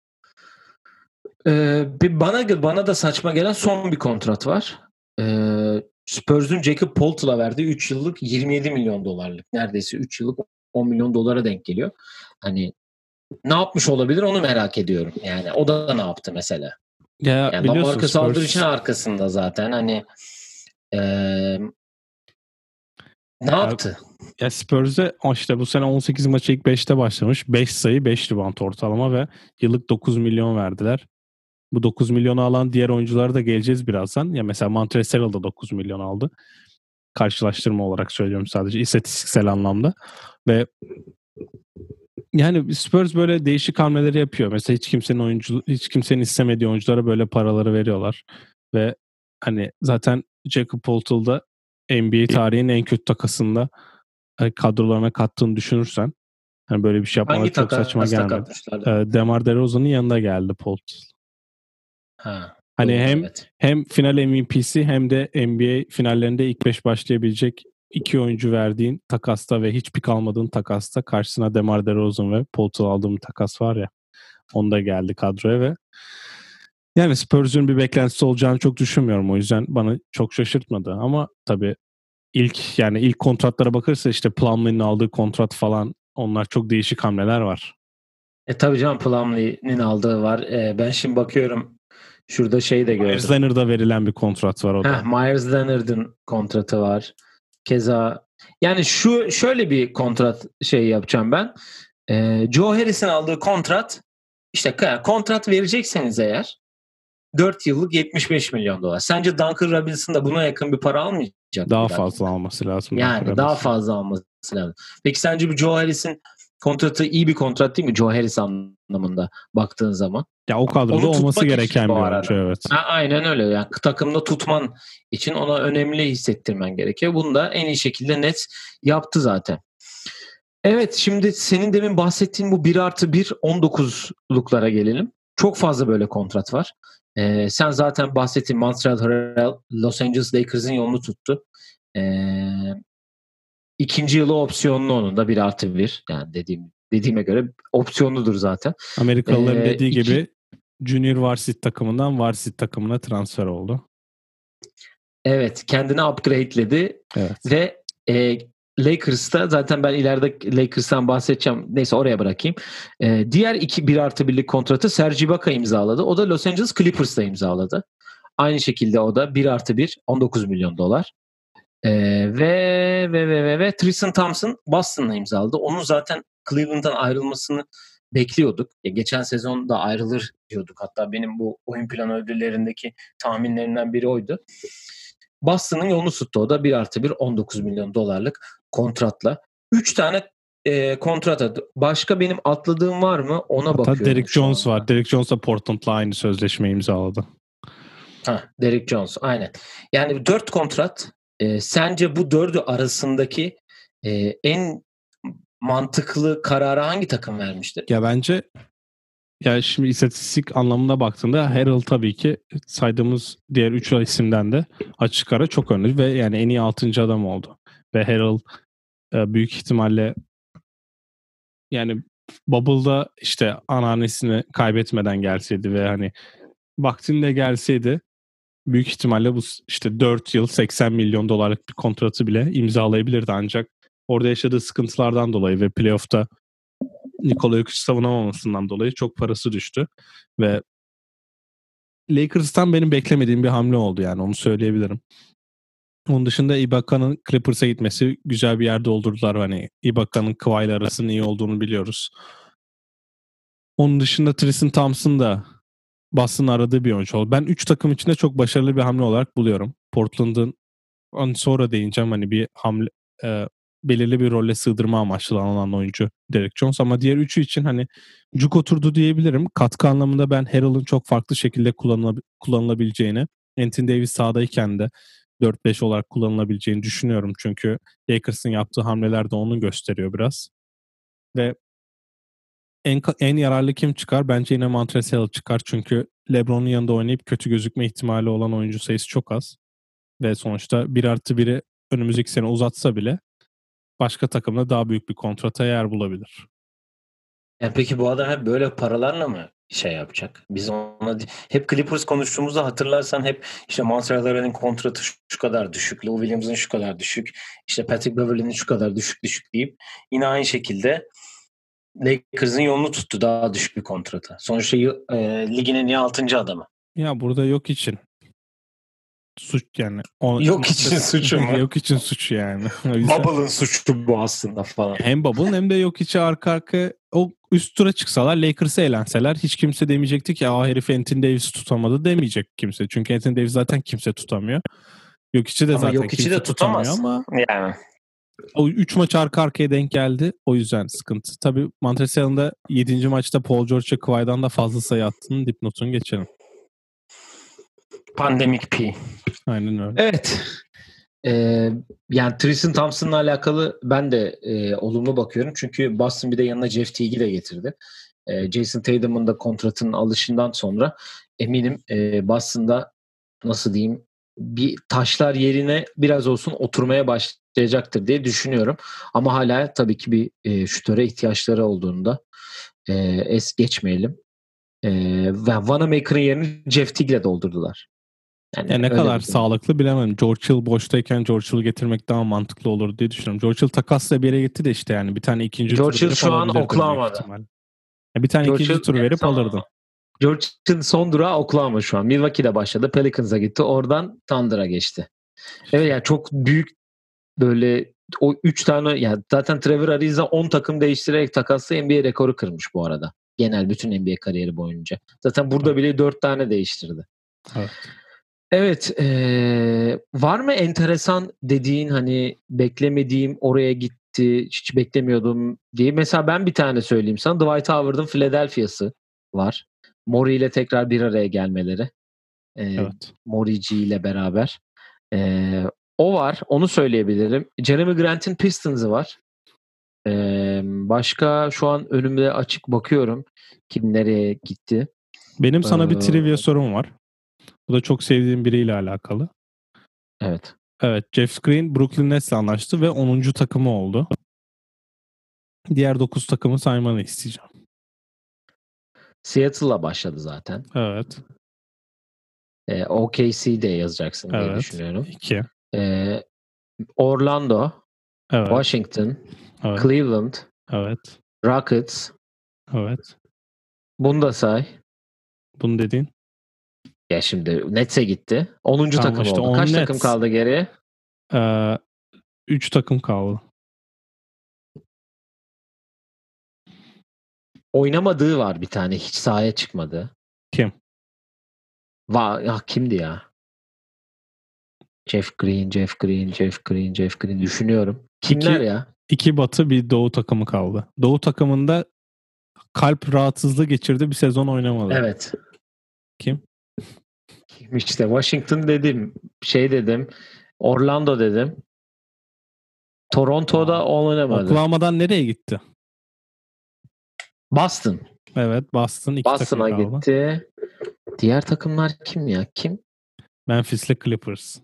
Ee, bana bana da saçma gelen son bir kontrat var. Ee, Spurs'un Jakob Poeltl'a verdiği üç yıllık yirmi yedi milyon dolarlık. Neredeyse üç yıllık on milyon dolara denk geliyor. Hani ne yapmış olabilir onu merak ediyorum. Yani o da ne yaptı mesela? Ya yani biliyorsun Marcus Aldridge'in arkasında zaten hani ee, ne ya, yaptı? Ya Spurs'e işte bu sene on sekiz maça ilk beşte başlamış. beş sayı beş rebound ortalama ve yıllık dokuz milyon verdiler. Bu dokuz milyonu alan diğer oyunculara da geleceğiz birazdan. Ya mesela Montrezl Harrell da dokuz milyon aldı. Karşılaştırma olarak söylüyorum sadece istatistiksel anlamda. Ve yani Spurs böyle değişik hamleleri yapıyor. Mesela hiç kimsenin oyuncu hiç kimsenin istemediği oyunculara böyle paraları veriyorlar. Ve hani zaten Jakob Poeltl'da N B A tarihinin en kötü takasında hani kadrolarına kattığını düşünürsen hani böyle bir şey yapmaları çok saçma gelmedi. Ee, DeMar DeRozan'ın yanında geldi Poeltl. Ha, hani doğru, hem evet. hem final M V P'si hem de N B A finallerinde ilk beş başlayabilecek iki oyuncu verdiğin takasta ve hiç pik almadığın takasta karşısına DeMar DeRozan ve Poeltl aldığın bir takas var ya. Onda geldi kadroya ve yani Spurs'un bir beklentisi olacağını çok düşünmüyorum. O yüzden bana çok şaşırtmadı. Ama tabii ilk yani ilk kontratlara bakırsa işte Plumlee'nin aldığı kontrat falan, onlar çok değişik hamleler var. E tabii canım, Plumlee'nin aldığı var. E, ben şimdi bakıyorum. Şurada şey de gördüm. Myers Leonard'a verilen bir kontrat var o da. Heh, Myers Leonard'ın kontratı var. Keza yani şu şöyle bir kontrat şey yapacağım ben. Ee, Joe Harris'in aldığı kontrat, işte kontrat verecekseniz eğer dört yıllık yetmiş beş milyon dolar. Sence Duncan Robinson da buna yakın bir para almayacak? Daha fazla dakika. alması lazım. Yani daha fazla alması lazım. Peki sence bu Joe Harris'in kontratı iyi bir kontrat değil mi? Joe Harris anlamında baktığın zaman. Ya o kadroda olması gereken bir oyuncu, evet. Ha, aynen öyle. Yani takımda tutman için ona önemli hissettirmen gerekiyor. Bunu da en iyi şekilde net yaptı zaten. Evet, şimdi senin demin bahsettiğin bu bir artı bir on dokuzluklara gelelim. Çok fazla böyle kontrat var. Ee, sen zaten bahsettiğin Montrezl Harrell Los Angeles Lakers'ın yolunu tuttu. Ee, ikinci yılı opsiyonlu onun da bir artı bir. Yani dediğim dediğime göre opsiyonludur zaten. Amerikalıların ee, dediği iki... gibi Junior Varsity takımından Varsity takımına transfer oldu. Evet, kendini upgrade'ledi. Evet. Ve e, Lakers'ta zaten ben ileride Lakers'tan bahsedeceğim. Neyse oraya bırakayım. Ee, diğer iki bir artı birlik kontratı Serge Ibaka imzaladı. O da Los Angeles Clippers'ta imzaladı. Aynı şekilde o da bir artı bir on dokuz milyon dolar. Ee, ve, ve ve ve ve Tristan Thompson Boston'la imzaladı. Onun zaten Cleveland'dan ayrılmasını bekliyorduk. Ya geçen sezon da ayrılır diyorduk. Hatta benim bu oyun planı ödüllerindeki tahminlerimden biri oydu. Boston'ın yolunu tuttu. O da bir artı bir on dokuz milyon dolarlık kontratla. üç tane e, kontrat adı. Başka benim atladığım var mı? Ona Hatta bakıyorum. Derek Jones var. Derek Jones da Portland'la aynı sözleşme imzaladı. Ha, Derek Jones aynen. Yani dört kontrat. E, sence bu dördü arasındaki e, en mantıklı kararı hangi takım vermiştir? Ya bence ya şimdi istatistik anlamında baktığında Harrell tabii ki saydığımız diğer üç isimden de açık ara çok önlü ve yani en iyi altıncı adam oldu. Ve Harrell e, büyük ihtimalle yani Bubble'da işte anneannesini kaybetmeden gelseydi ve hani vaktinde gelseydi büyük ihtimalle bu işte dört yıl seksen milyon dolarlık bir kontratı bile imzalayabilirdi, ancak orada yaşadığı sıkıntılardan dolayı ve playoff'ta Nikola Jokic savunamamasından dolayı çok parası düştü ve Lakers'tan benim beklemediğim bir hamle oldu, yani onu söyleyebilirim. Onun dışında Ibaka'nın Clippers'a gitmesi güzel bir yer doldurdular. Hani Ibaka'nın Kawhi ile arasının iyi olduğunu biliyoruz. Onun dışında Tristan Thompson da Boston'ın aradığı bir oyuncu oldu. Ben üç takım içinde çok başarılı bir hamle olarak buluyorum. Portland'ın hani sonra değineceğim hani bir hamle e, belirli bir rolle sığdırma amaçlı alınan oyuncu Derek Jones, ama diğer üçü için hani cuk oturdu diyebilirim. Katkı anlamında ben Harrell'ın çok farklı şekilde kullanılab- kullanılabileceğini, Anthony Davis sahadayken de dört beş olarak kullanılabileceğini düşünüyorum. Çünkü Lakers'ın yaptığı hamleler de onu gösteriyor biraz. Ve en, en yararlı kim çıkar? Bence yine Montrezl Harrell çıkar. Çünkü LeBron'un yanında oynayıp kötü gözükme ihtimali olan oyuncu sayısı çok az. Ve sonuçta bir artı biri önümüzdeki sene uzatsa bile başka takımda daha büyük bir kontrata yer bulabilir. Yani peki bu adam hep böyle paralarla mı şey yapacak? Biz ona hep Clippers konuştuğumuzda hatırlarsan hep işte Montrezl Harrell'in kontratı şu, şu kadar düşük, Lou Williams'ın şu kadar düşük, işte Patrick Beverley'nin şu kadar düşük düşük deyip yine aynı şekilde Lakers'ın yolunu tuttu daha düşük bir kontrata. Sonuçta e, ligin en iyi altıncı adamı. Ya burada yok için suç yani. O, Yok için suçu mu? Yok için suçu yani. Bubble'ın suçu bu aslında falan. Hem Bubble'ın hem de yok içi arka arka o üst tura çıksalar, Lakers'a eğlenseler hiç kimse demeyecekti ki aa herif Anthony Davis'i tutamadı demeyecek kimse. Çünkü Anthony Davis zaten kimse tutamıyor. Yok içi de ama zaten yok içi kimse de tutamaz ama yani. O üç maç arka arkaya denk geldi. O yüzden sıkıntı. Tabii Montreal'ın da yedinci maçta Paul George'a Kawhi'dan da fazla sayı attığının dipnotunu geçelim. Pandemik P. Aynen öyle. Evet. Ee, yani Tristan Thompson'la alakalı ben de e, olumlu bakıyorum. Çünkü Boston bir de yanına Jeff Teague'i de getirdi. E, Jason Tatum'un da kontratının alışından sonra eminim e, Boston'da nasıl diyeyim bir taşlar yerine biraz olsun oturmaya başlayacaktır diye düşünüyorum. Ama hala tabii ki bir e, şutöre ihtiyaçları olduğunda e, es geçmeyelim. E, ve Wanamaker'ın yerini Jeff Teague'le doldurdular. Yani ya ne kadar sağlıklı bilemem. George Hill boştayken George Hill getirmek daha mantıklı olur diye düşünüyorum. George Hill takasla bir yere gitti de işte yani bir tane ikinci George tur Hill şu an Oklahoma'da. Bir tane George ikinci Hill, tur verip yani alırdın. George Hill'in son durağı Oklahoma şu an. Milwaukee'de başladı. Pelicans'a gitti. Oradan Thunder'a geçti. Evet yani çok büyük böyle o üç tane yani zaten Trevor Ariza on takım değiştirerek takaslı N B A rekoru kırmış bu arada. Genel bütün N B A kariyeri boyunca. Zaten burada evet. bile dört tane değiştirdi. Evet. Evet. Ee, var mı enteresan dediğin hani beklemediğim oraya gitti hiç beklemiyordum diye. Mesela ben bir tane söyleyeyim sana. Dwight Howard'ın Philadelphia'sı var. Mori ile tekrar bir araya gelmeleri. Ee, evet. Morici ile beraber. Ee, o var. Onu söyleyebilirim. Jeremy Grant'in Pistons'ı var. Ee, başka şu an önümde açık bakıyorum. Kim nereye gitti. Benim sana ee, bir trivia sorum var. Bu da çok sevdiğim biriyle alakalı. Evet. Evet. Jeff Green Brooklyn Nets'le anlaştı ve onuncu takımı oldu. Diğer dokuz takımı saymanı isteyeceğim. Seattle'la başladı zaten. Evet. Ee, O K C'de yazacaksın diye evet. düşünüyorum. İki. Ee, Orlando. Evet. Washington, Evet. Cleveland, Evet. Rockets. Evet. Bunu da say. Bunu dediğin. Ya şimdi Nets'e gitti. onuncu Tamam takım işte oldu. on Kaç Nets. takım kaldı geriye? Ee, üç takım kaldı. Oynamadığı var bir tane. Hiç sahaya çıkmadı. Kim? Va ya kimdi ya? Jeff Green, Jeff Green, Jeff Green, Jeff Green düşünüyorum. Kimler İki, ya? iki batı bir doğu takımı kaldı. Doğu takımında kalp rahatsızlığı geçirdi, bir sezon oynamadı. Evet. Kim? Kim işte? Washington dedim. Şey dedim. Orlando dedim. Toronto'da oynamadı. Oklahoma'dan nereye gitti? Boston. Evet, Boston iki takım Boston'a kaldı. gitti. Diğer takımlar kim ya? Kim? Memphis'le Clippers.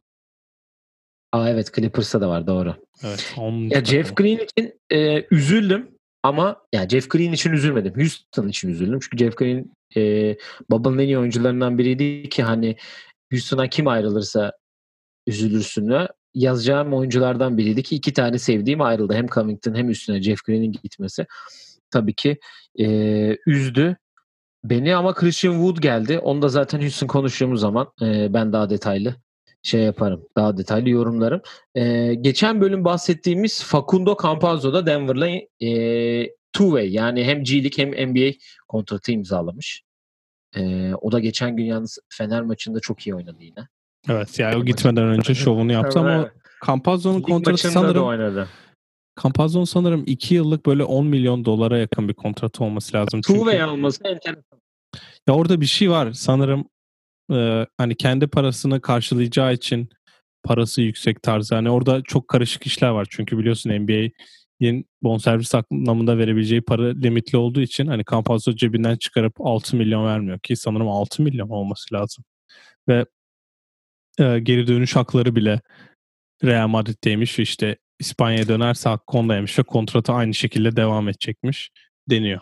Aa evet, Clippers'a da var, doğru. Evet, on Ya Jeff Green için e, üzüldüm ama ya Jeff Green için üzülmedim. Houston için üzüldüm. Çünkü Jeff Green e, Bubble'ın en iyi oyuncularından biriydi ki hani Houston'a kim ayrılırsa üzülürsün. Yazacağım oyunculardan biriydi ki iki tane sevdiğim ayrıldı. Hem Covington hem üstüne Jeff Green'in gitmesi tabii ki e, üzdü beni, ama Christian Wood geldi. Onu da zaten Houston konuştuğumuz zaman e, ben daha detaylı şey yaparım. Daha detaylı yorumlarım. E, geçen bölüm bahsettiğimiz Facundo Campazzo da Denver'la e, two-way, yani hem G League hem N B A kontratı imzalamış. E, o da geçen gün yalnız Fener maçında çok iyi oynadı yine. Evet, yani o gitmeden önce şovunu yaptı ama Campazzo'nun kontratı sanırım oynadı. Campazzo'nun sanırım iki yıllık böyle on milyon dolara yakın bir kontratı olması lazım. Two-way Çünkü alması enteresan. ya orada bir şey var sanırım, e, hani kendi parasını karşılayacağı için parası yüksek tarzı. Hani orada çok karışık işler var. Çünkü biliyorsun N B A'nin bonservis anlamında verebileceği para limitli olduğu için hani Campazzo cebinden çıkarıp altı milyon vermiyor ki sanırım altı milyon olması lazım. Ve e, geri dönüş hakları bile Real Madrid'deymiş ve işte İspanya'ya dönerse hakkı ondaymış ve kontratı aynı şekilde devam edecekmiş deniyor.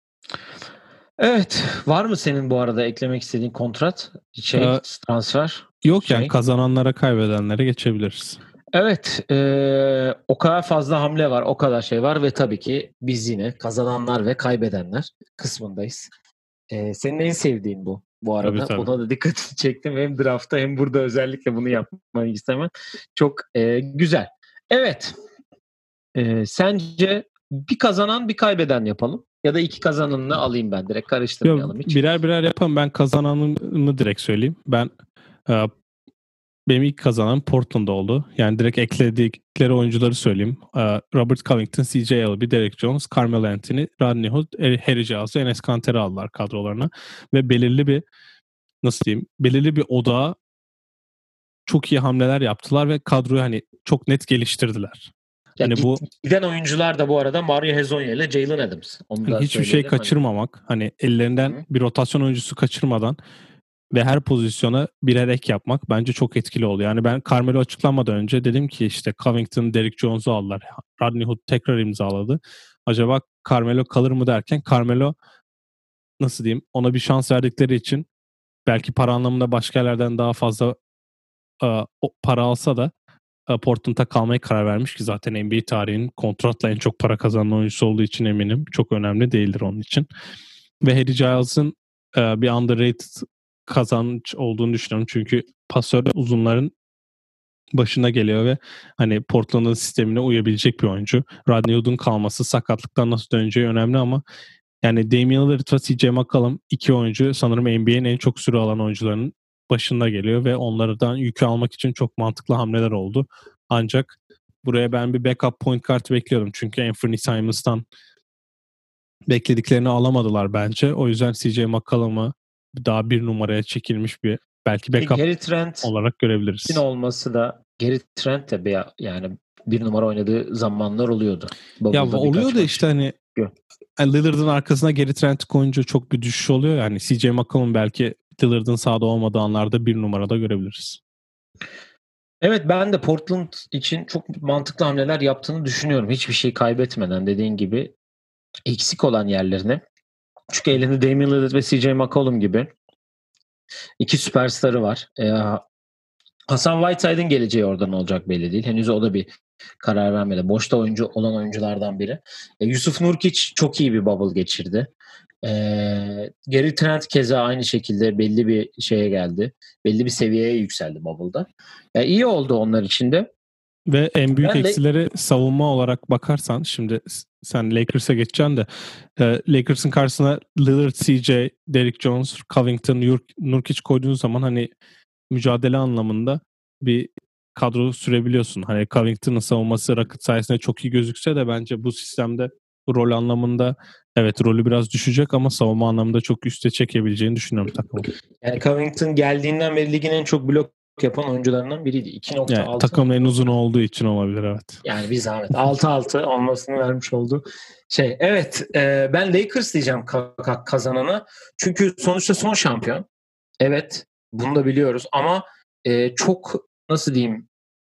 Evet. Var mı senin bu arada eklemek istediğin kontrat? Şey, Ee, transfer? Yok şey. yani kazananlara kaybedenlere geçebiliriz. Evet. E, o kadar fazla hamle var. O kadar şey var ve tabii ki biz yine kazananlar ve kaybedenler kısmındayız. E, senin en sevdiğin bu. Bu arada. Tabii, tabii. Ona da dikkatini çektim. Hem draftta hem burada özellikle bunu yapmayı istemem. Çok e, güzel. Evet. E, sence bir kazanan bir kaybeden yapalım. Ya da iki kazananını alayım ben. Direkt karıştırmayalım Yok, hiç. birer birer yapalım. Ben kazananımı direkt söyleyeyim. Ben e, benim ilk kazanan Portland oldu. Yani direkt ekledikleri oyuncuları söyleyeyim. E, Robert Covington, C J Elleby, Derek Jones, Carmelo Anthony, Rodney Hood, Harry Giles'ı, Enes Kanter'i aldılar kadrolarına. Ve belirli bir nasıl diyeyim? Belirli bir odağa çok iyi hamleler yaptılar ve kadroyu hani çok net geliştirdiler. Ya hani git, bu giden oyuncular da bu arada Mario Hezonja ile Jalen Adams. Onu hani da hiçbir şey söyleyelim. kaçırmamak, hani ellerinden Hı. bir rotasyon oyuncusu kaçırmadan ve her pozisyona birer ek yapmak bence çok etkili oldu. Yani ben Carmelo açıklanmadan önce dedim ki işte Covington, Derek Jones'u aldılar. Rodney Hood tekrar imzaladı. Acaba Carmelo kalır mı derken Carmelo nasıl diyeyim, ona bir şans verdikleri için belki para anlamında başka yerlerden daha fazla e, o para alsa da e, Portland'a kalmaya karar vermiş ki zaten N B A tarihinin kontratla en çok para kazanan oyuncusu olduğu için eminim. Çok önemli değildir onun için. Ve Harry Giles'ın e, bir underrated kazanç olduğunu düşünüyorum. Çünkü pasör uzunların başına geliyor ve hani Portland'ın sistemine uyabilecek bir oyuncu. Rodney Hood'un kalması, sakatlıktan nasıl döneceği önemli ama yani Damian Lillard ve C J McCollum iki oyuncu sanırım N B A'nin en çok süre alan oyuncularının başında geliyor ve onlardan yükü almak için çok mantıklı hamleler oldu. Ancak buraya ben bir backup point guard bekliyordum. Çünkü Anthony Simons'tan beklediklerini alamadılar bence. O yüzden C J McCollum'u daha bir numaraya çekilmiş bir belki backup Gary Trent olarak görebiliriz. olması da, Gary Trent de bir, yani bir numara oynadığı zamanlar oluyordu. Ya Bubble'da oluyor da işte hani yani Lillard'ın arkasına Gary Trent koyunca çok bir düşüş oluyor. Yani C J McCollum belki Lillard'ın sahada olmadığı anlarda bir numarada görebiliriz. Evet, ben de Portland için çok mantıklı hamleler yaptığını düşünüyorum. Hiçbir şey kaybetmeden, dediğin gibi eksik olan yerlerine. Çünkü elinde Damian Lillard ve C J McCollum gibi iki süperstarı var. Ee, Hasan Whiteside'ın geleceği oradan olacak belli değil. Henüz o da bir karar vermedi. Boşta oyuncu olan oyunculardan biri. E, Yusuf Nurkic çok iyi bir bubble geçirdi. E, Gary Trent keza aynı şekilde belli bir şeye geldi. Belli bir seviyeye yükseldi bubble'da. Yani iyi oldu onlar için de. Ve en büyük Ben de... eksileri savunma olarak bakarsan, şimdi sen Lakers'a geçeceksin de e, Lakers'ın karşısına Lillard, C J, Derrick Jones, Covington, Nurkic koyduğun zaman hani mücadele anlamında bir kadro sürebiliyorsun. Hani Covington'ın savunması Rocket sayesinde çok iyi gözükse de bence bu sistemde bu rol anlamında evet rolü biraz düşecek ama savunma anlamında çok üste çekebileceğini düşünüyorum takımı. Yani Covington geldiğinden beri ligin en çok blok yapan oyuncularından biriydi. iki nokta altı. Yani, takımın en uzun olduğu için olabilir, evet. Yani bir zahmet. altı altı olmasını vermiş oldu. Şey, evet e, ben Lakers diyeceğim ka- kazanana. Çünkü sonuçta son şampiyon. Evet, bunu da biliyoruz ama e, çok nasıl diyeyim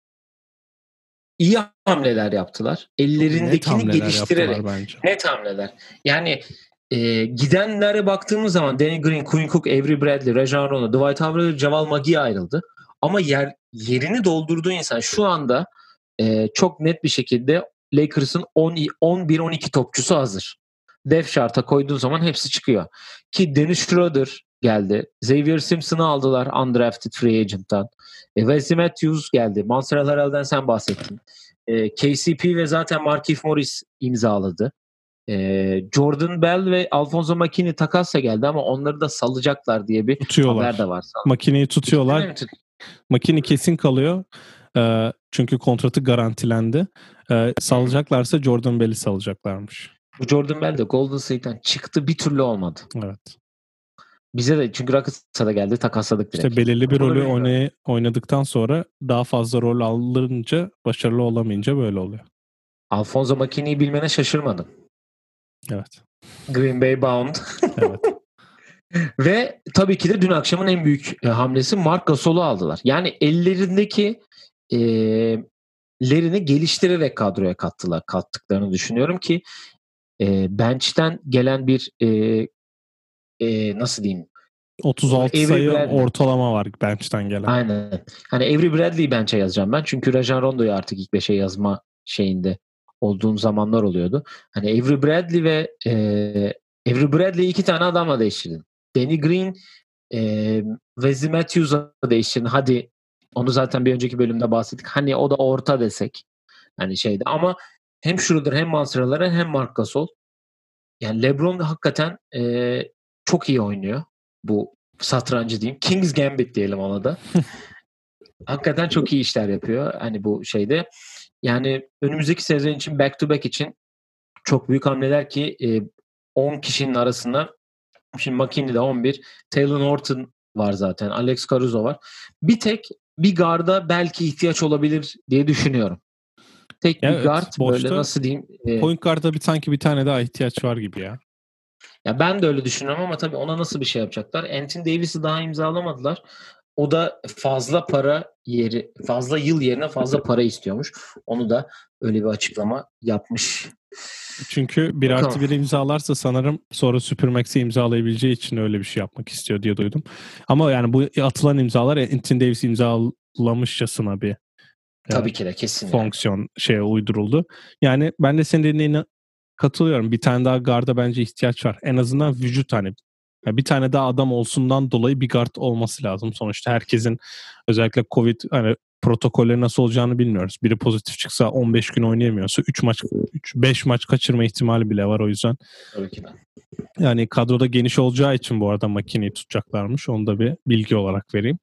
iyi hamleler yaptılar. Ellerindekini net geliştirerek. Bence. Net hamleler. Yani e, gidenlere baktığımız zaman Danny Green, Quinn Cook, Avery Bradley, Rajon Rondo, Dwight Howard, Jamal McGee ayrıldı. Ama yer yerini doldurduğu insan şu anda e, çok net bir şekilde Lakers'ın on bir on iki topçusu hazır. Depth chart'a koyduğun zaman hepsi çıkıyor. Ki Dennis Schroeder geldi. Xavier Simpson'ı aldılar undrafted free agent'tan. E, Wesley Matthews geldi. Montreal Herald'den sen bahsettin. E, K C P ve zaten Markieff Morris imzaladı. E, Jordan Bell ve Alfonso McKinney takasla geldi ama onları da salacaklar diye bir tutuyorlar. Haber de var. Makineyi tutuyorlar. Makine kesin kalıyor. E, çünkü kontratı garantilendi. E, salacaklarsa Jordan Bell'i salacaklarmış. Bu Jordan Bell de Golden State'ten çıktı, bir türlü olmadı. Evet. Bize de çünkü Rockets'a da geldi, takasladık direkt. İşte belirli bir rolü oynay- oynadıktan sonra daha fazla rol alınca başarılı olamayınca böyle oluyor. Alfonso McKinney'i bilmene şaşırmadım. Evet. Green Bay bound. Evet. Ve tabii ki de dün akşamın en büyük e, hamlesi Marc Gasol'u aldılar. Yani ellerindeki e, lerini geliştirerek kadroya kattılar, kattıklarını düşünüyorum ki e, bench'ten gelen bir e, e, nasıl diyeyim otuz altı Avery sayı Bradley. Ortalama var bench'ten gelen. Aynen. Hani Avery Bradley'i bench'e yazacağım ben. Çünkü Rajon Rondo'yu artık ilk beşe yazma şeyinde olduğum zamanlar oluyordu. Hani Avery Bradley ve e, Avery Bradley'i iki tane adamla değiştirdin. Danny Green e, Wesley Matthews'a değiştirdin. Hadi onu zaten bir önceki bölümde bahsettik. Hani o da orta desek. Hani şeyde ama hem Schroeder hem Montreal'lara hem Marc Gasol. Yani LeBron da hakikaten e, çok iyi oynuyor. Bu satrancı diyeyim. King's Gambit diyelim ona da. Hakikaten çok iyi işler yapıyor. Hani bu şeyde. Yani önümüzdeki sezon için back to back için çok büyük hamleler ki e, on kişinin arasında şimdi McKinney'de on bir, Taylor Horton var zaten. Alex Caruso var. Bir tek bir garda belki ihtiyaç olabilir diye düşünüyorum. Tek evet, bir guard boşta, böyle nasıl diyeyim? E, point guard'a bir sanki bir tane daha ihtiyaç var gibi ya. Ya ben de öyle düşünüyorum ama tabii ona nasıl bir şey yapacaklar? Anthony Davis'i daha imzalamadılar. O da fazla para yeri, fazla yıl yerine fazla para istiyormuş. Onu da öyle bir açıklama yapmış. Çünkü bir artı bir imzalarsa sanırım sonra Supermax'i imzalayabileceği için öyle bir şey yapmak istiyor diye duydum. Ama yani bu atılan imzalar Anthony Davis imzalamışçasına bir tabii ki de kesin fonksiyon yani. şeye uyduruldu. Yani ben de senin dediğine katılıyorum. Bir tane daha garda bence ihtiyaç var. En azından vücut hani yani bir tane daha adam olsundan dolayı bir guard olması lazım. Sonuçta herkesin özellikle Covid hani protokolleri nasıl olacağını bilmiyoruz. Biri pozitif çıksa on beş gün oynayamıyorsa üç maç üç beş maç kaçırma ihtimali bile var o yüzden. Tabii ki de. Yani kadroda geniş olacağı için bu arada makineyi tutacaklarmış. Onu da bir bilgi olarak vereyim.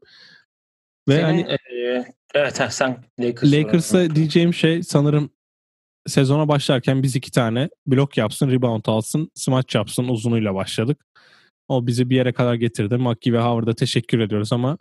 Ve Senin, hani e, evet sen Lakers Lakers'a diyeceğim şey sanırım sezona başlarken biz iki tane blok yapsın, rebound alsın, smaç yapsın uzunuyla başladık. O bizi bir yere kadar getirdi. McGee ve Howard'a teşekkür ediyoruz ama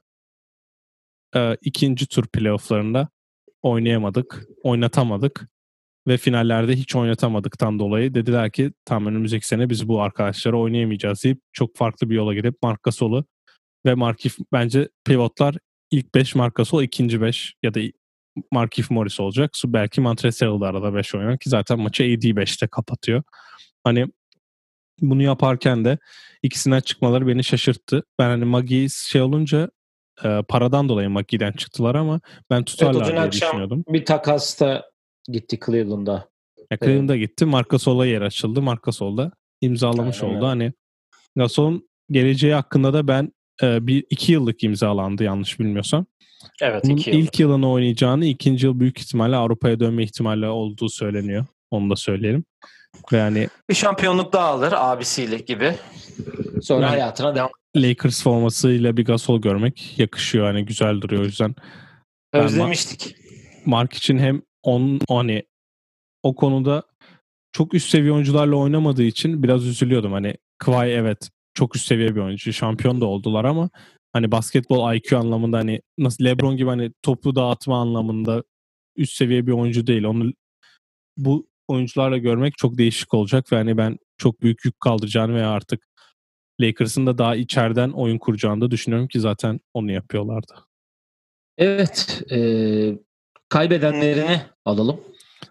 e, ikinci tur playofflarında oynayamadık, oynatamadık ve finallerde hiç oynatamadıktan dolayı dediler ki tam önümüzdeki sene biz bu arkadaşları oynayamayacağız deyip çok farklı bir yola gidip Marc Gasol'u ve Markieff bence pivotlar ilk beş Marc Gasol, ikinci beş ya da Markieff Morris olacak. Belki Montrezl da arada beş oynar ki zaten maçı A D beşte kapatıyor. Hani bunu yaparken de ikisine çıkmaları beni şaşırttı. Ben hani Maggie şey olunca e, paradan dolayı Maggie'den çıktılar ama ben tutarlar evet, diye düşünüyordum. Bir takasta Gitti Cleveland'a. Ya Cleveland'a gitti. Marc Gasol'a yer açıldı. Marc Gasol da imzalamış Aynen oldu. öyle. Hani Gasol'un geleceği hakkında da ben e, bir iki yıllık imzalandı yanlış bilmiyorsam. Evet, Bunun iki yıllık. ilk yılını oynayacağını, ikinci yıl büyük ihtimalle Avrupa'ya dönme ihtimali olduğu söyleniyor. Onu da söyleyelim. Ve yani Bir şampiyonluk daha alır abisiyle gibi. Sonra yani hayatına devam. Lakers formasıyla bir Gasol görmek yakışıyor. Hani güzel duruyor o yüzden. Ben Ma- Özlemiştik. Mark için hem on hani o konuda çok üst seviye oyuncularla oynamadığı için biraz üzülüyordum. Hani Kawhi evet çok üst seviye bir oyuncu. Şampiyon da oldular ama hani basketbol I Q anlamında hani nasıl LeBron gibi hani topu dağıtma anlamında üst seviye bir oyuncu değil. Onu bu oyuncularla görmek çok değişik olacak ve hani ben çok büyük yük kaldıracağını veya artık Lakers'ın da daha içeriden oyun kuracağını da düşünüyorum ki zaten onu yapıyorlardı. Evet. E, kaybedenlerini alalım.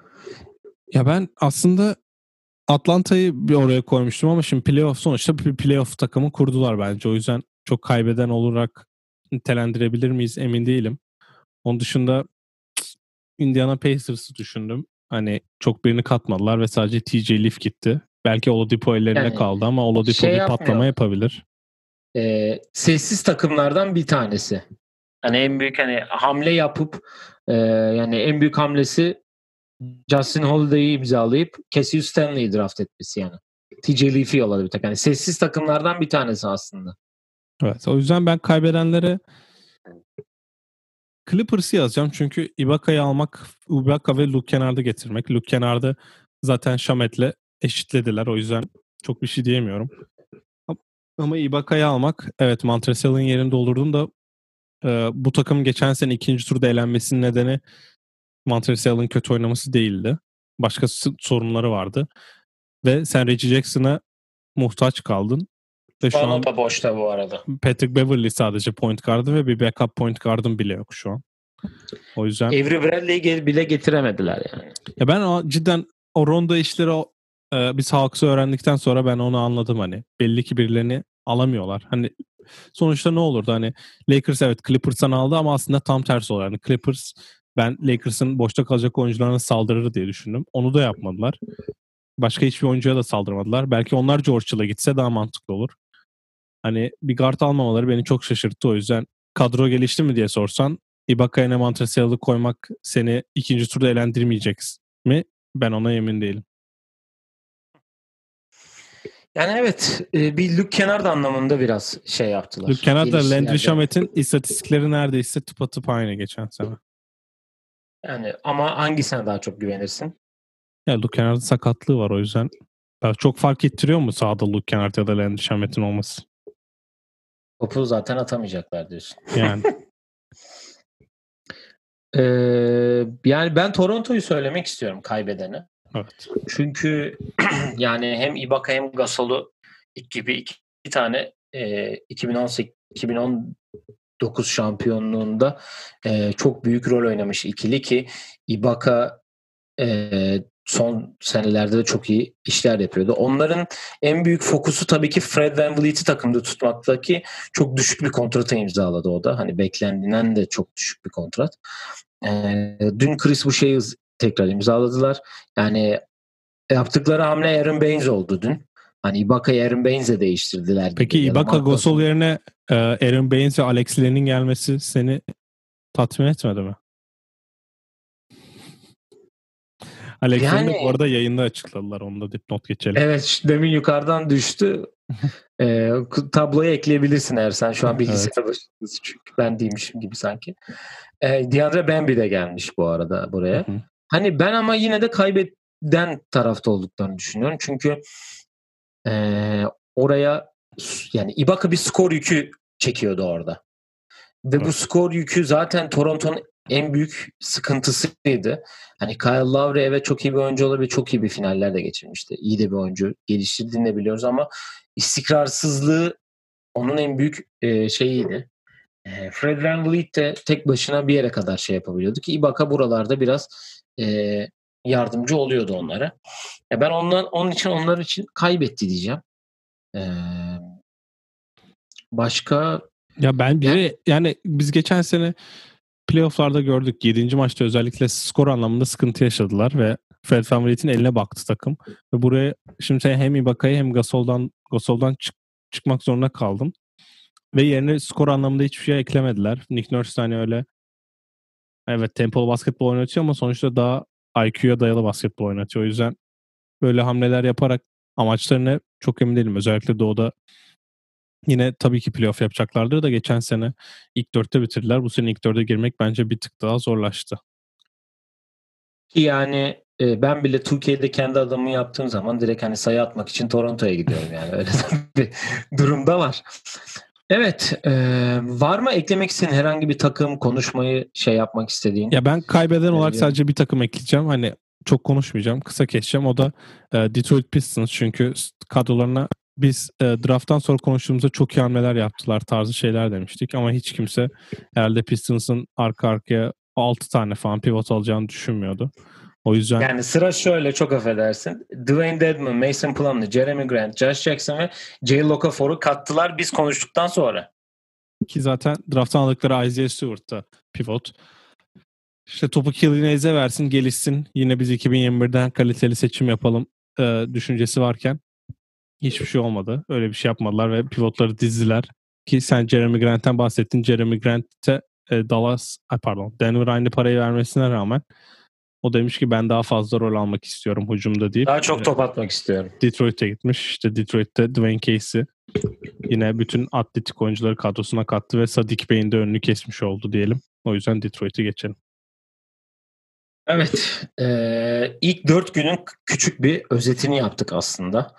Ya ben aslında Atlanta'yı bir oraya koymuştum ama şimdi playoff sonuçta bir playoff takımı kurdular bence. O yüzden çok kaybeden olarak nitelendirebilir miyiz emin değilim. Onun dışında Indiana Pacers'ı düşündüm. Hani çok birini katmadılar ve sadece T J Leaf gitti. Belki Oladipo ellerinde Yani kaldı ama Oladipo şey bir yapmıyor. patlama yapabilir. E, sessiz takımlardan bir tanesi. Hani en büyük hani hamle yapıp e, yani en büyük hamlesi Justin Holiday'i imzalayıp Cassius Stanley'i draft etmesi yani. T J Leaf'i yolladı bir tek. Yani sessiz takımlardan bir tanesi aslında. Evet, o yüzden ben kaybedenlere Clippers'ı yazacağım çünkü Ibaka'yı almak, Ibaka ve Luke Kennard'ı getirmek. Luke Kennard'ı zaten Shamet'le eşitlediler. O yüzden çok bir şey diyemiyorum. Ama Ibaka'yı almak, evet Montrezl'in yerinde olurdum da e, bu takım geçen sene ikinci turda elenmesinin nedeni Montrezl'in kötü oynaması değildi. Başka s- sorunları vardı. Ve sen Reggie Jackson'a muhtaç kaldın. Ve Şu şu an o an da boşta bu arada. Patrick Beverley sadece point guard'ı ve bir backup point guard'ın bile yok şu an. O yüzden Avery Bradley'i bile getiremediler yani. ya ben o cidden o Rondo işleri o e, biz Hawks'ı öğrendikten sonra ben onu anladım hani. Belli ki birilerini alamıyorlar. Hani sonuçta ne olurdu hani Lakers evet Clippers'tan aldı ama aslında tam tersi olur. Yani Clippers ben Lakers'ın boşta kalacak oyuncularına saldırır diye düşündüm. Onu da yapmadılar. Başka hiçbir oyuncuya da saldırmadılar. Belki onlar George Hill'a gitse daha mantıklı olur. Hani bir guard almamaları beni çok şaşırttı o yüzden. Kadro gelişti mi diye sorsan Ibaka'ya ne Montrezl'ı koymak seni ikinci turda elendirmeyecek mi? Ben ona emin değilim. Yani evet bir Luke Kennard anlamında biraz şey yaptılar. Luke Kennard'la Landry Geliştiler. Shamet'in istatistikleri neredeyse tıpatıp aynı geçen sene. Yani ama hangisine daha çok güvenirsin? Ya Luke Kennard'ın sakatlığı var o yüzden. Ya çok fark ettiriyor mu sahada Luke Kennard ya da Landry Shamet'in olması? Topu zaten atamayacaklar diyorsun. Yani. ee, yani ben Toronto'yu söylemek istiyorum kaybedeni. Evet. Çünkü yani hem Ibaka hem Gasol'u gibi iki, iki tane e, iki bin on sekiz iki bin on dokuz şampiyonluğunda e, çok büyük rol oynamış ikili ki Ibaka e, son senelerde de çok iyi işler yapıyordu. Onların en büyük fokusu tabii ki Fred VanVleet'i takımda tutmaktaki çok düşük bir kontrata imzaladı o da. Hani beklendiğinden de çok düşük bir kontrat. E, dün Chris Boucher'i tekrar imzaladılar. Yani yaptıkları hamle Aaron Baines oldu dün. Hani Ibaka'yı Aaron Baines'e değiştirdiler gibi. Peki Ya da Ibaka Marc Gasol Gasol. yerine e, Aaron Baines ve Alex Len'in gelmesi seni tatmin etmedi mi? Alex Len'i de bu Yani arada yayında açıkladılar. Onu da dipnot geçelim. evet demin yukarıdan düştü. e, tabloya ekleyebilirsin eğer sen şu an bilgisayar Evet. başındasın çünkü ben değilmişim gibi sanki. E, DeAndre Bembry de gelmiş bu arada buraya. Hı hı. Hani ben ama yine de kaybeden tarafta olduklarını düşünüyorum. Çünkü e, oraya yani Ibaka bir skor yükü çekiyordu orada. Ve Evet. bu skor yükü zaten Toronto'nun en büyük sıkıntısıydı. Hani Kyle Lowry evet çok iyi bir oyuncu olabilir, çok iyi bir finaller de geçirmişti. İyi de bir oyuncu, geliştirdiğini de biliyoruz ama istikrarsızlığı onun en büyük e, şeyiydi. E, Fred VanVleet de tek başına bir yere kadar şey yapabiliyordu ki Ibaka buralarda biraz e, yardımcı oluyordu onlara. E, ben ondan onun için onlar için kaybetti diyeceğim. E, başka Ya bence yani yani biz geçen sene playoff'larda gördük. yedinci maçta özellikle skor anlamında sıkıntı yaşadılar ve Fred VanVleet'in eline baktı takım. Ve buraya şimdi sen hem Ibaka'yı hem Gasol'dan Gasol'dan çık, çıkmak zorunda kaldım. Ve yerine skor anlamında hiçbir şey eklemediler. Nick Nurse hani öyle evet tempolu basketbol oynatıyor ama sonuçta daha I Q'ya dayalı basketbol oynatıyor. O yüzden böyle hamleler yaparak amaçlarına çok emin değilim. Özellikle Doğu'da yine tabii ki playoff yapacaklardır da geçen sene ilk dörtte bitirdiler. Bu sene ilk dörde girmek bence bir tık daha zorlaştı. Yani e, ben bile Türkiye'de kendi adamımı yaptığım zaman direkt hani sayı atmak için Toronto'ya gidiyorum yani. Öyle bir durumda var. Evet. E, var mı eklemek istediğin herhangi bir takım konuşmayı şey yapmak istediğin? Ya ben kaybeden olarak Ee, sadece bir takım ekleyeceğim. Hani çok konuşmayacağım. Kısa keseceğim. O da e, Detroit Pistons. Çünkü kadrolarına biz e, drafttan sonra konuştuğumuzda çok iyi hamleler yaptılar tarzı şeyler demiştik. Ama hiç kimse herhalde Pistons'ın arka arkaya altı tane falan pivot alacağını düşünmüyordu. O yüzden Yani sıra şöyle, çok affedersin. Dwayne Dedmon, Mason Plumlee, Jeremy Grant, Josh Jackson ve Jay Okafor'u kattılar biz konuştuktan sonra. ki zaten drafttan aldıkları Isaiah Stewart'ta pivot. İşte topu Killian'e versin, gelişsin. Yine biz iki bin yirmi birden kaliteli seçim yapalım e, düşüncesi varken hiçbir şey olmadı. Öyle bir şey yapmadılar ve pivotları dizdiler. Ki sen Jeremy Grant'ten bahsettin. Jeremy Grant'e e, Dallas, ay pardon, Denver aynı parayı vermesine rağmen o demiş ki ben daha fazla rol almak istiyorum hücumda deyip. Daha çok top atmak istiyorum. Detroit'e gitmiş. İşte Detroit'te Dwayne Casey yine bütün atletik oyuncuları kadrosuna kattı ve Saddiq Bey'in de önünü kesmiş oldu diyelim. O yüzden Detroit'e geçelim. Evet. E, ilk dört günün küçük bir özetini yaptık aslında.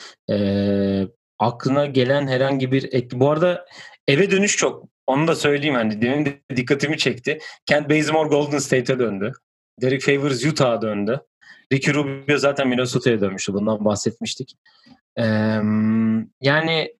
E, aklına gelen herhangi bir ek... Bu arada eve dönüş çok. Onu da söyleyeyim. Hani demin de dikkatimi çekti. Kent Bazemore Golden State'e döndü. Derek Favors Utah'a döndü. Ricky Rubio zaten Minnesota'ya dönmüştü. Bundan bahsetmiştik. Ee, yani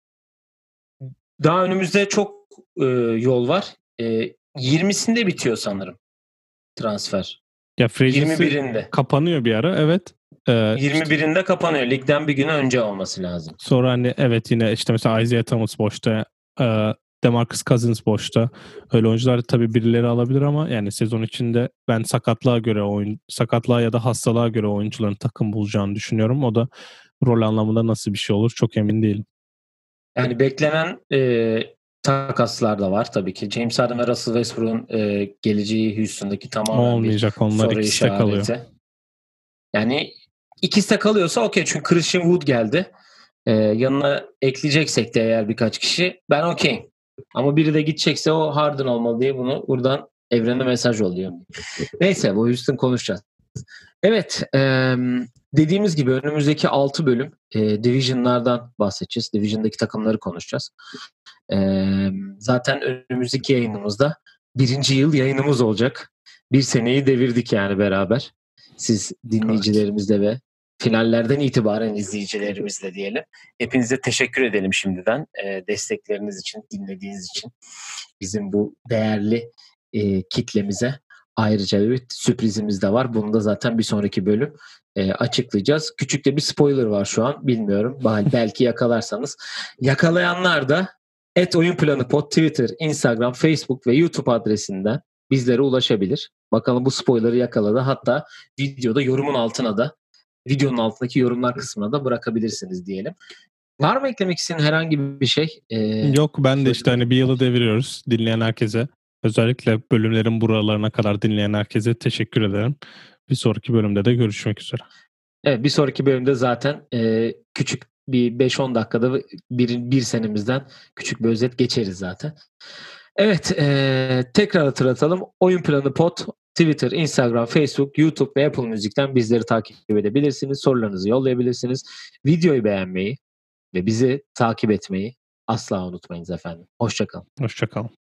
daha önümüzde çok e, yol var. E, yirmisinde bitiyor sanırım transfer. Ya yirmi birinde kapanıyor bir ara, evet. Ee, yirmi birinde işte kapanıyor. Ligden bir gün önce olması lazım. Sonra hani evet yine işte mesela Isaiah Thomas boşta, e, DeMarcus Cousins boşta. Öyle oyuncular tabii birileri alabilir ama yani sezon içinde ben sakatlığa göre oyun sakatlığa ya da hastalığa göre oyuncuların takım bulacağını düşünüyorum. O da rol anlamında nasıl bir şey olur çok emin değilim. Yani beklenen e, takaslar da var tabii ki. James Harden ve Russell Westbrook'un e, geleceği Houston'daki tamamen olmayacak, bir onlar soru ikisi de kalıyor. işareti. Yani ikisi de kalıyorsa okey. Çünkü Christian Wood geldi. Ee, yanına ekleyeceksek de eğer birkaç kişi ben okeyim. Ama biri de gidecekse o Harden olmalı diye bunu buradan evrene mesaj oluyor. Neyse bu Houston konuşacağız. Evet. E, dediğimiz gibi önümüzdeki altı bölüm e, Division'lardan bahsedeceğiz. Division'daki takımları konuşacağız. E, zaten önümüzdeki yayınımızda birinci yıl yayınımız olacak. Bir seneyi devirdik yani beraber. Siz dinleyicilerimizle ve finallerden itibaren izleyicilerimizle diyelim. Hepinize teşekkür edelim şimdiden. E, destekleriniz için, dinlediğiniz için. Bizim bu değerli e, kitlemize ayrıca bir sürprizimiz de var. Bunu da zaten bir sonraki bölüm e, açıklayacağız. Küçük de bir spoiler var şu an. Bilmiyorum. Belki yakalarsanız. Yakalayanlar da et oyun planı pod Twitter, Instagram, Facebook ve YouTube adresinden bizlere ulaşabilir. Bakalım bu spoiler'ı yakaladı. Hatta videoda yorumun altına da videonun altındaki yorumlar kısmına da bırakabilirsiniz diyelim. Var mı eklemek istediğin herhangi bir şey? Ee, Yok, ben de işte hani bir yılı deviriyoruz. Dinleyen herkese, özellikle bölümlerin buralarına kadar dinleyen herkese teşekkür ederim. Bir sonraki bölümde de görüşmek üzere. Evet, bir sonraki bölümde zaten e, küçük bir beş on dakikada bir, bir senemizden küçük bir özet geçeriz zaten. Evet, e, tekrar hatırlatalım. Oyun Planı Pod, Twitter, Instagram, Facebook, YouTube ve Apple Müzik'ten bizleri takip edebilirsiniz. Sorularınızı yollayabilirsiniz. Videoyu beğenmeyi ve bizi takip etmeyi asla unutmayınız efendim. Hoşça kalın. Hoşça kalın.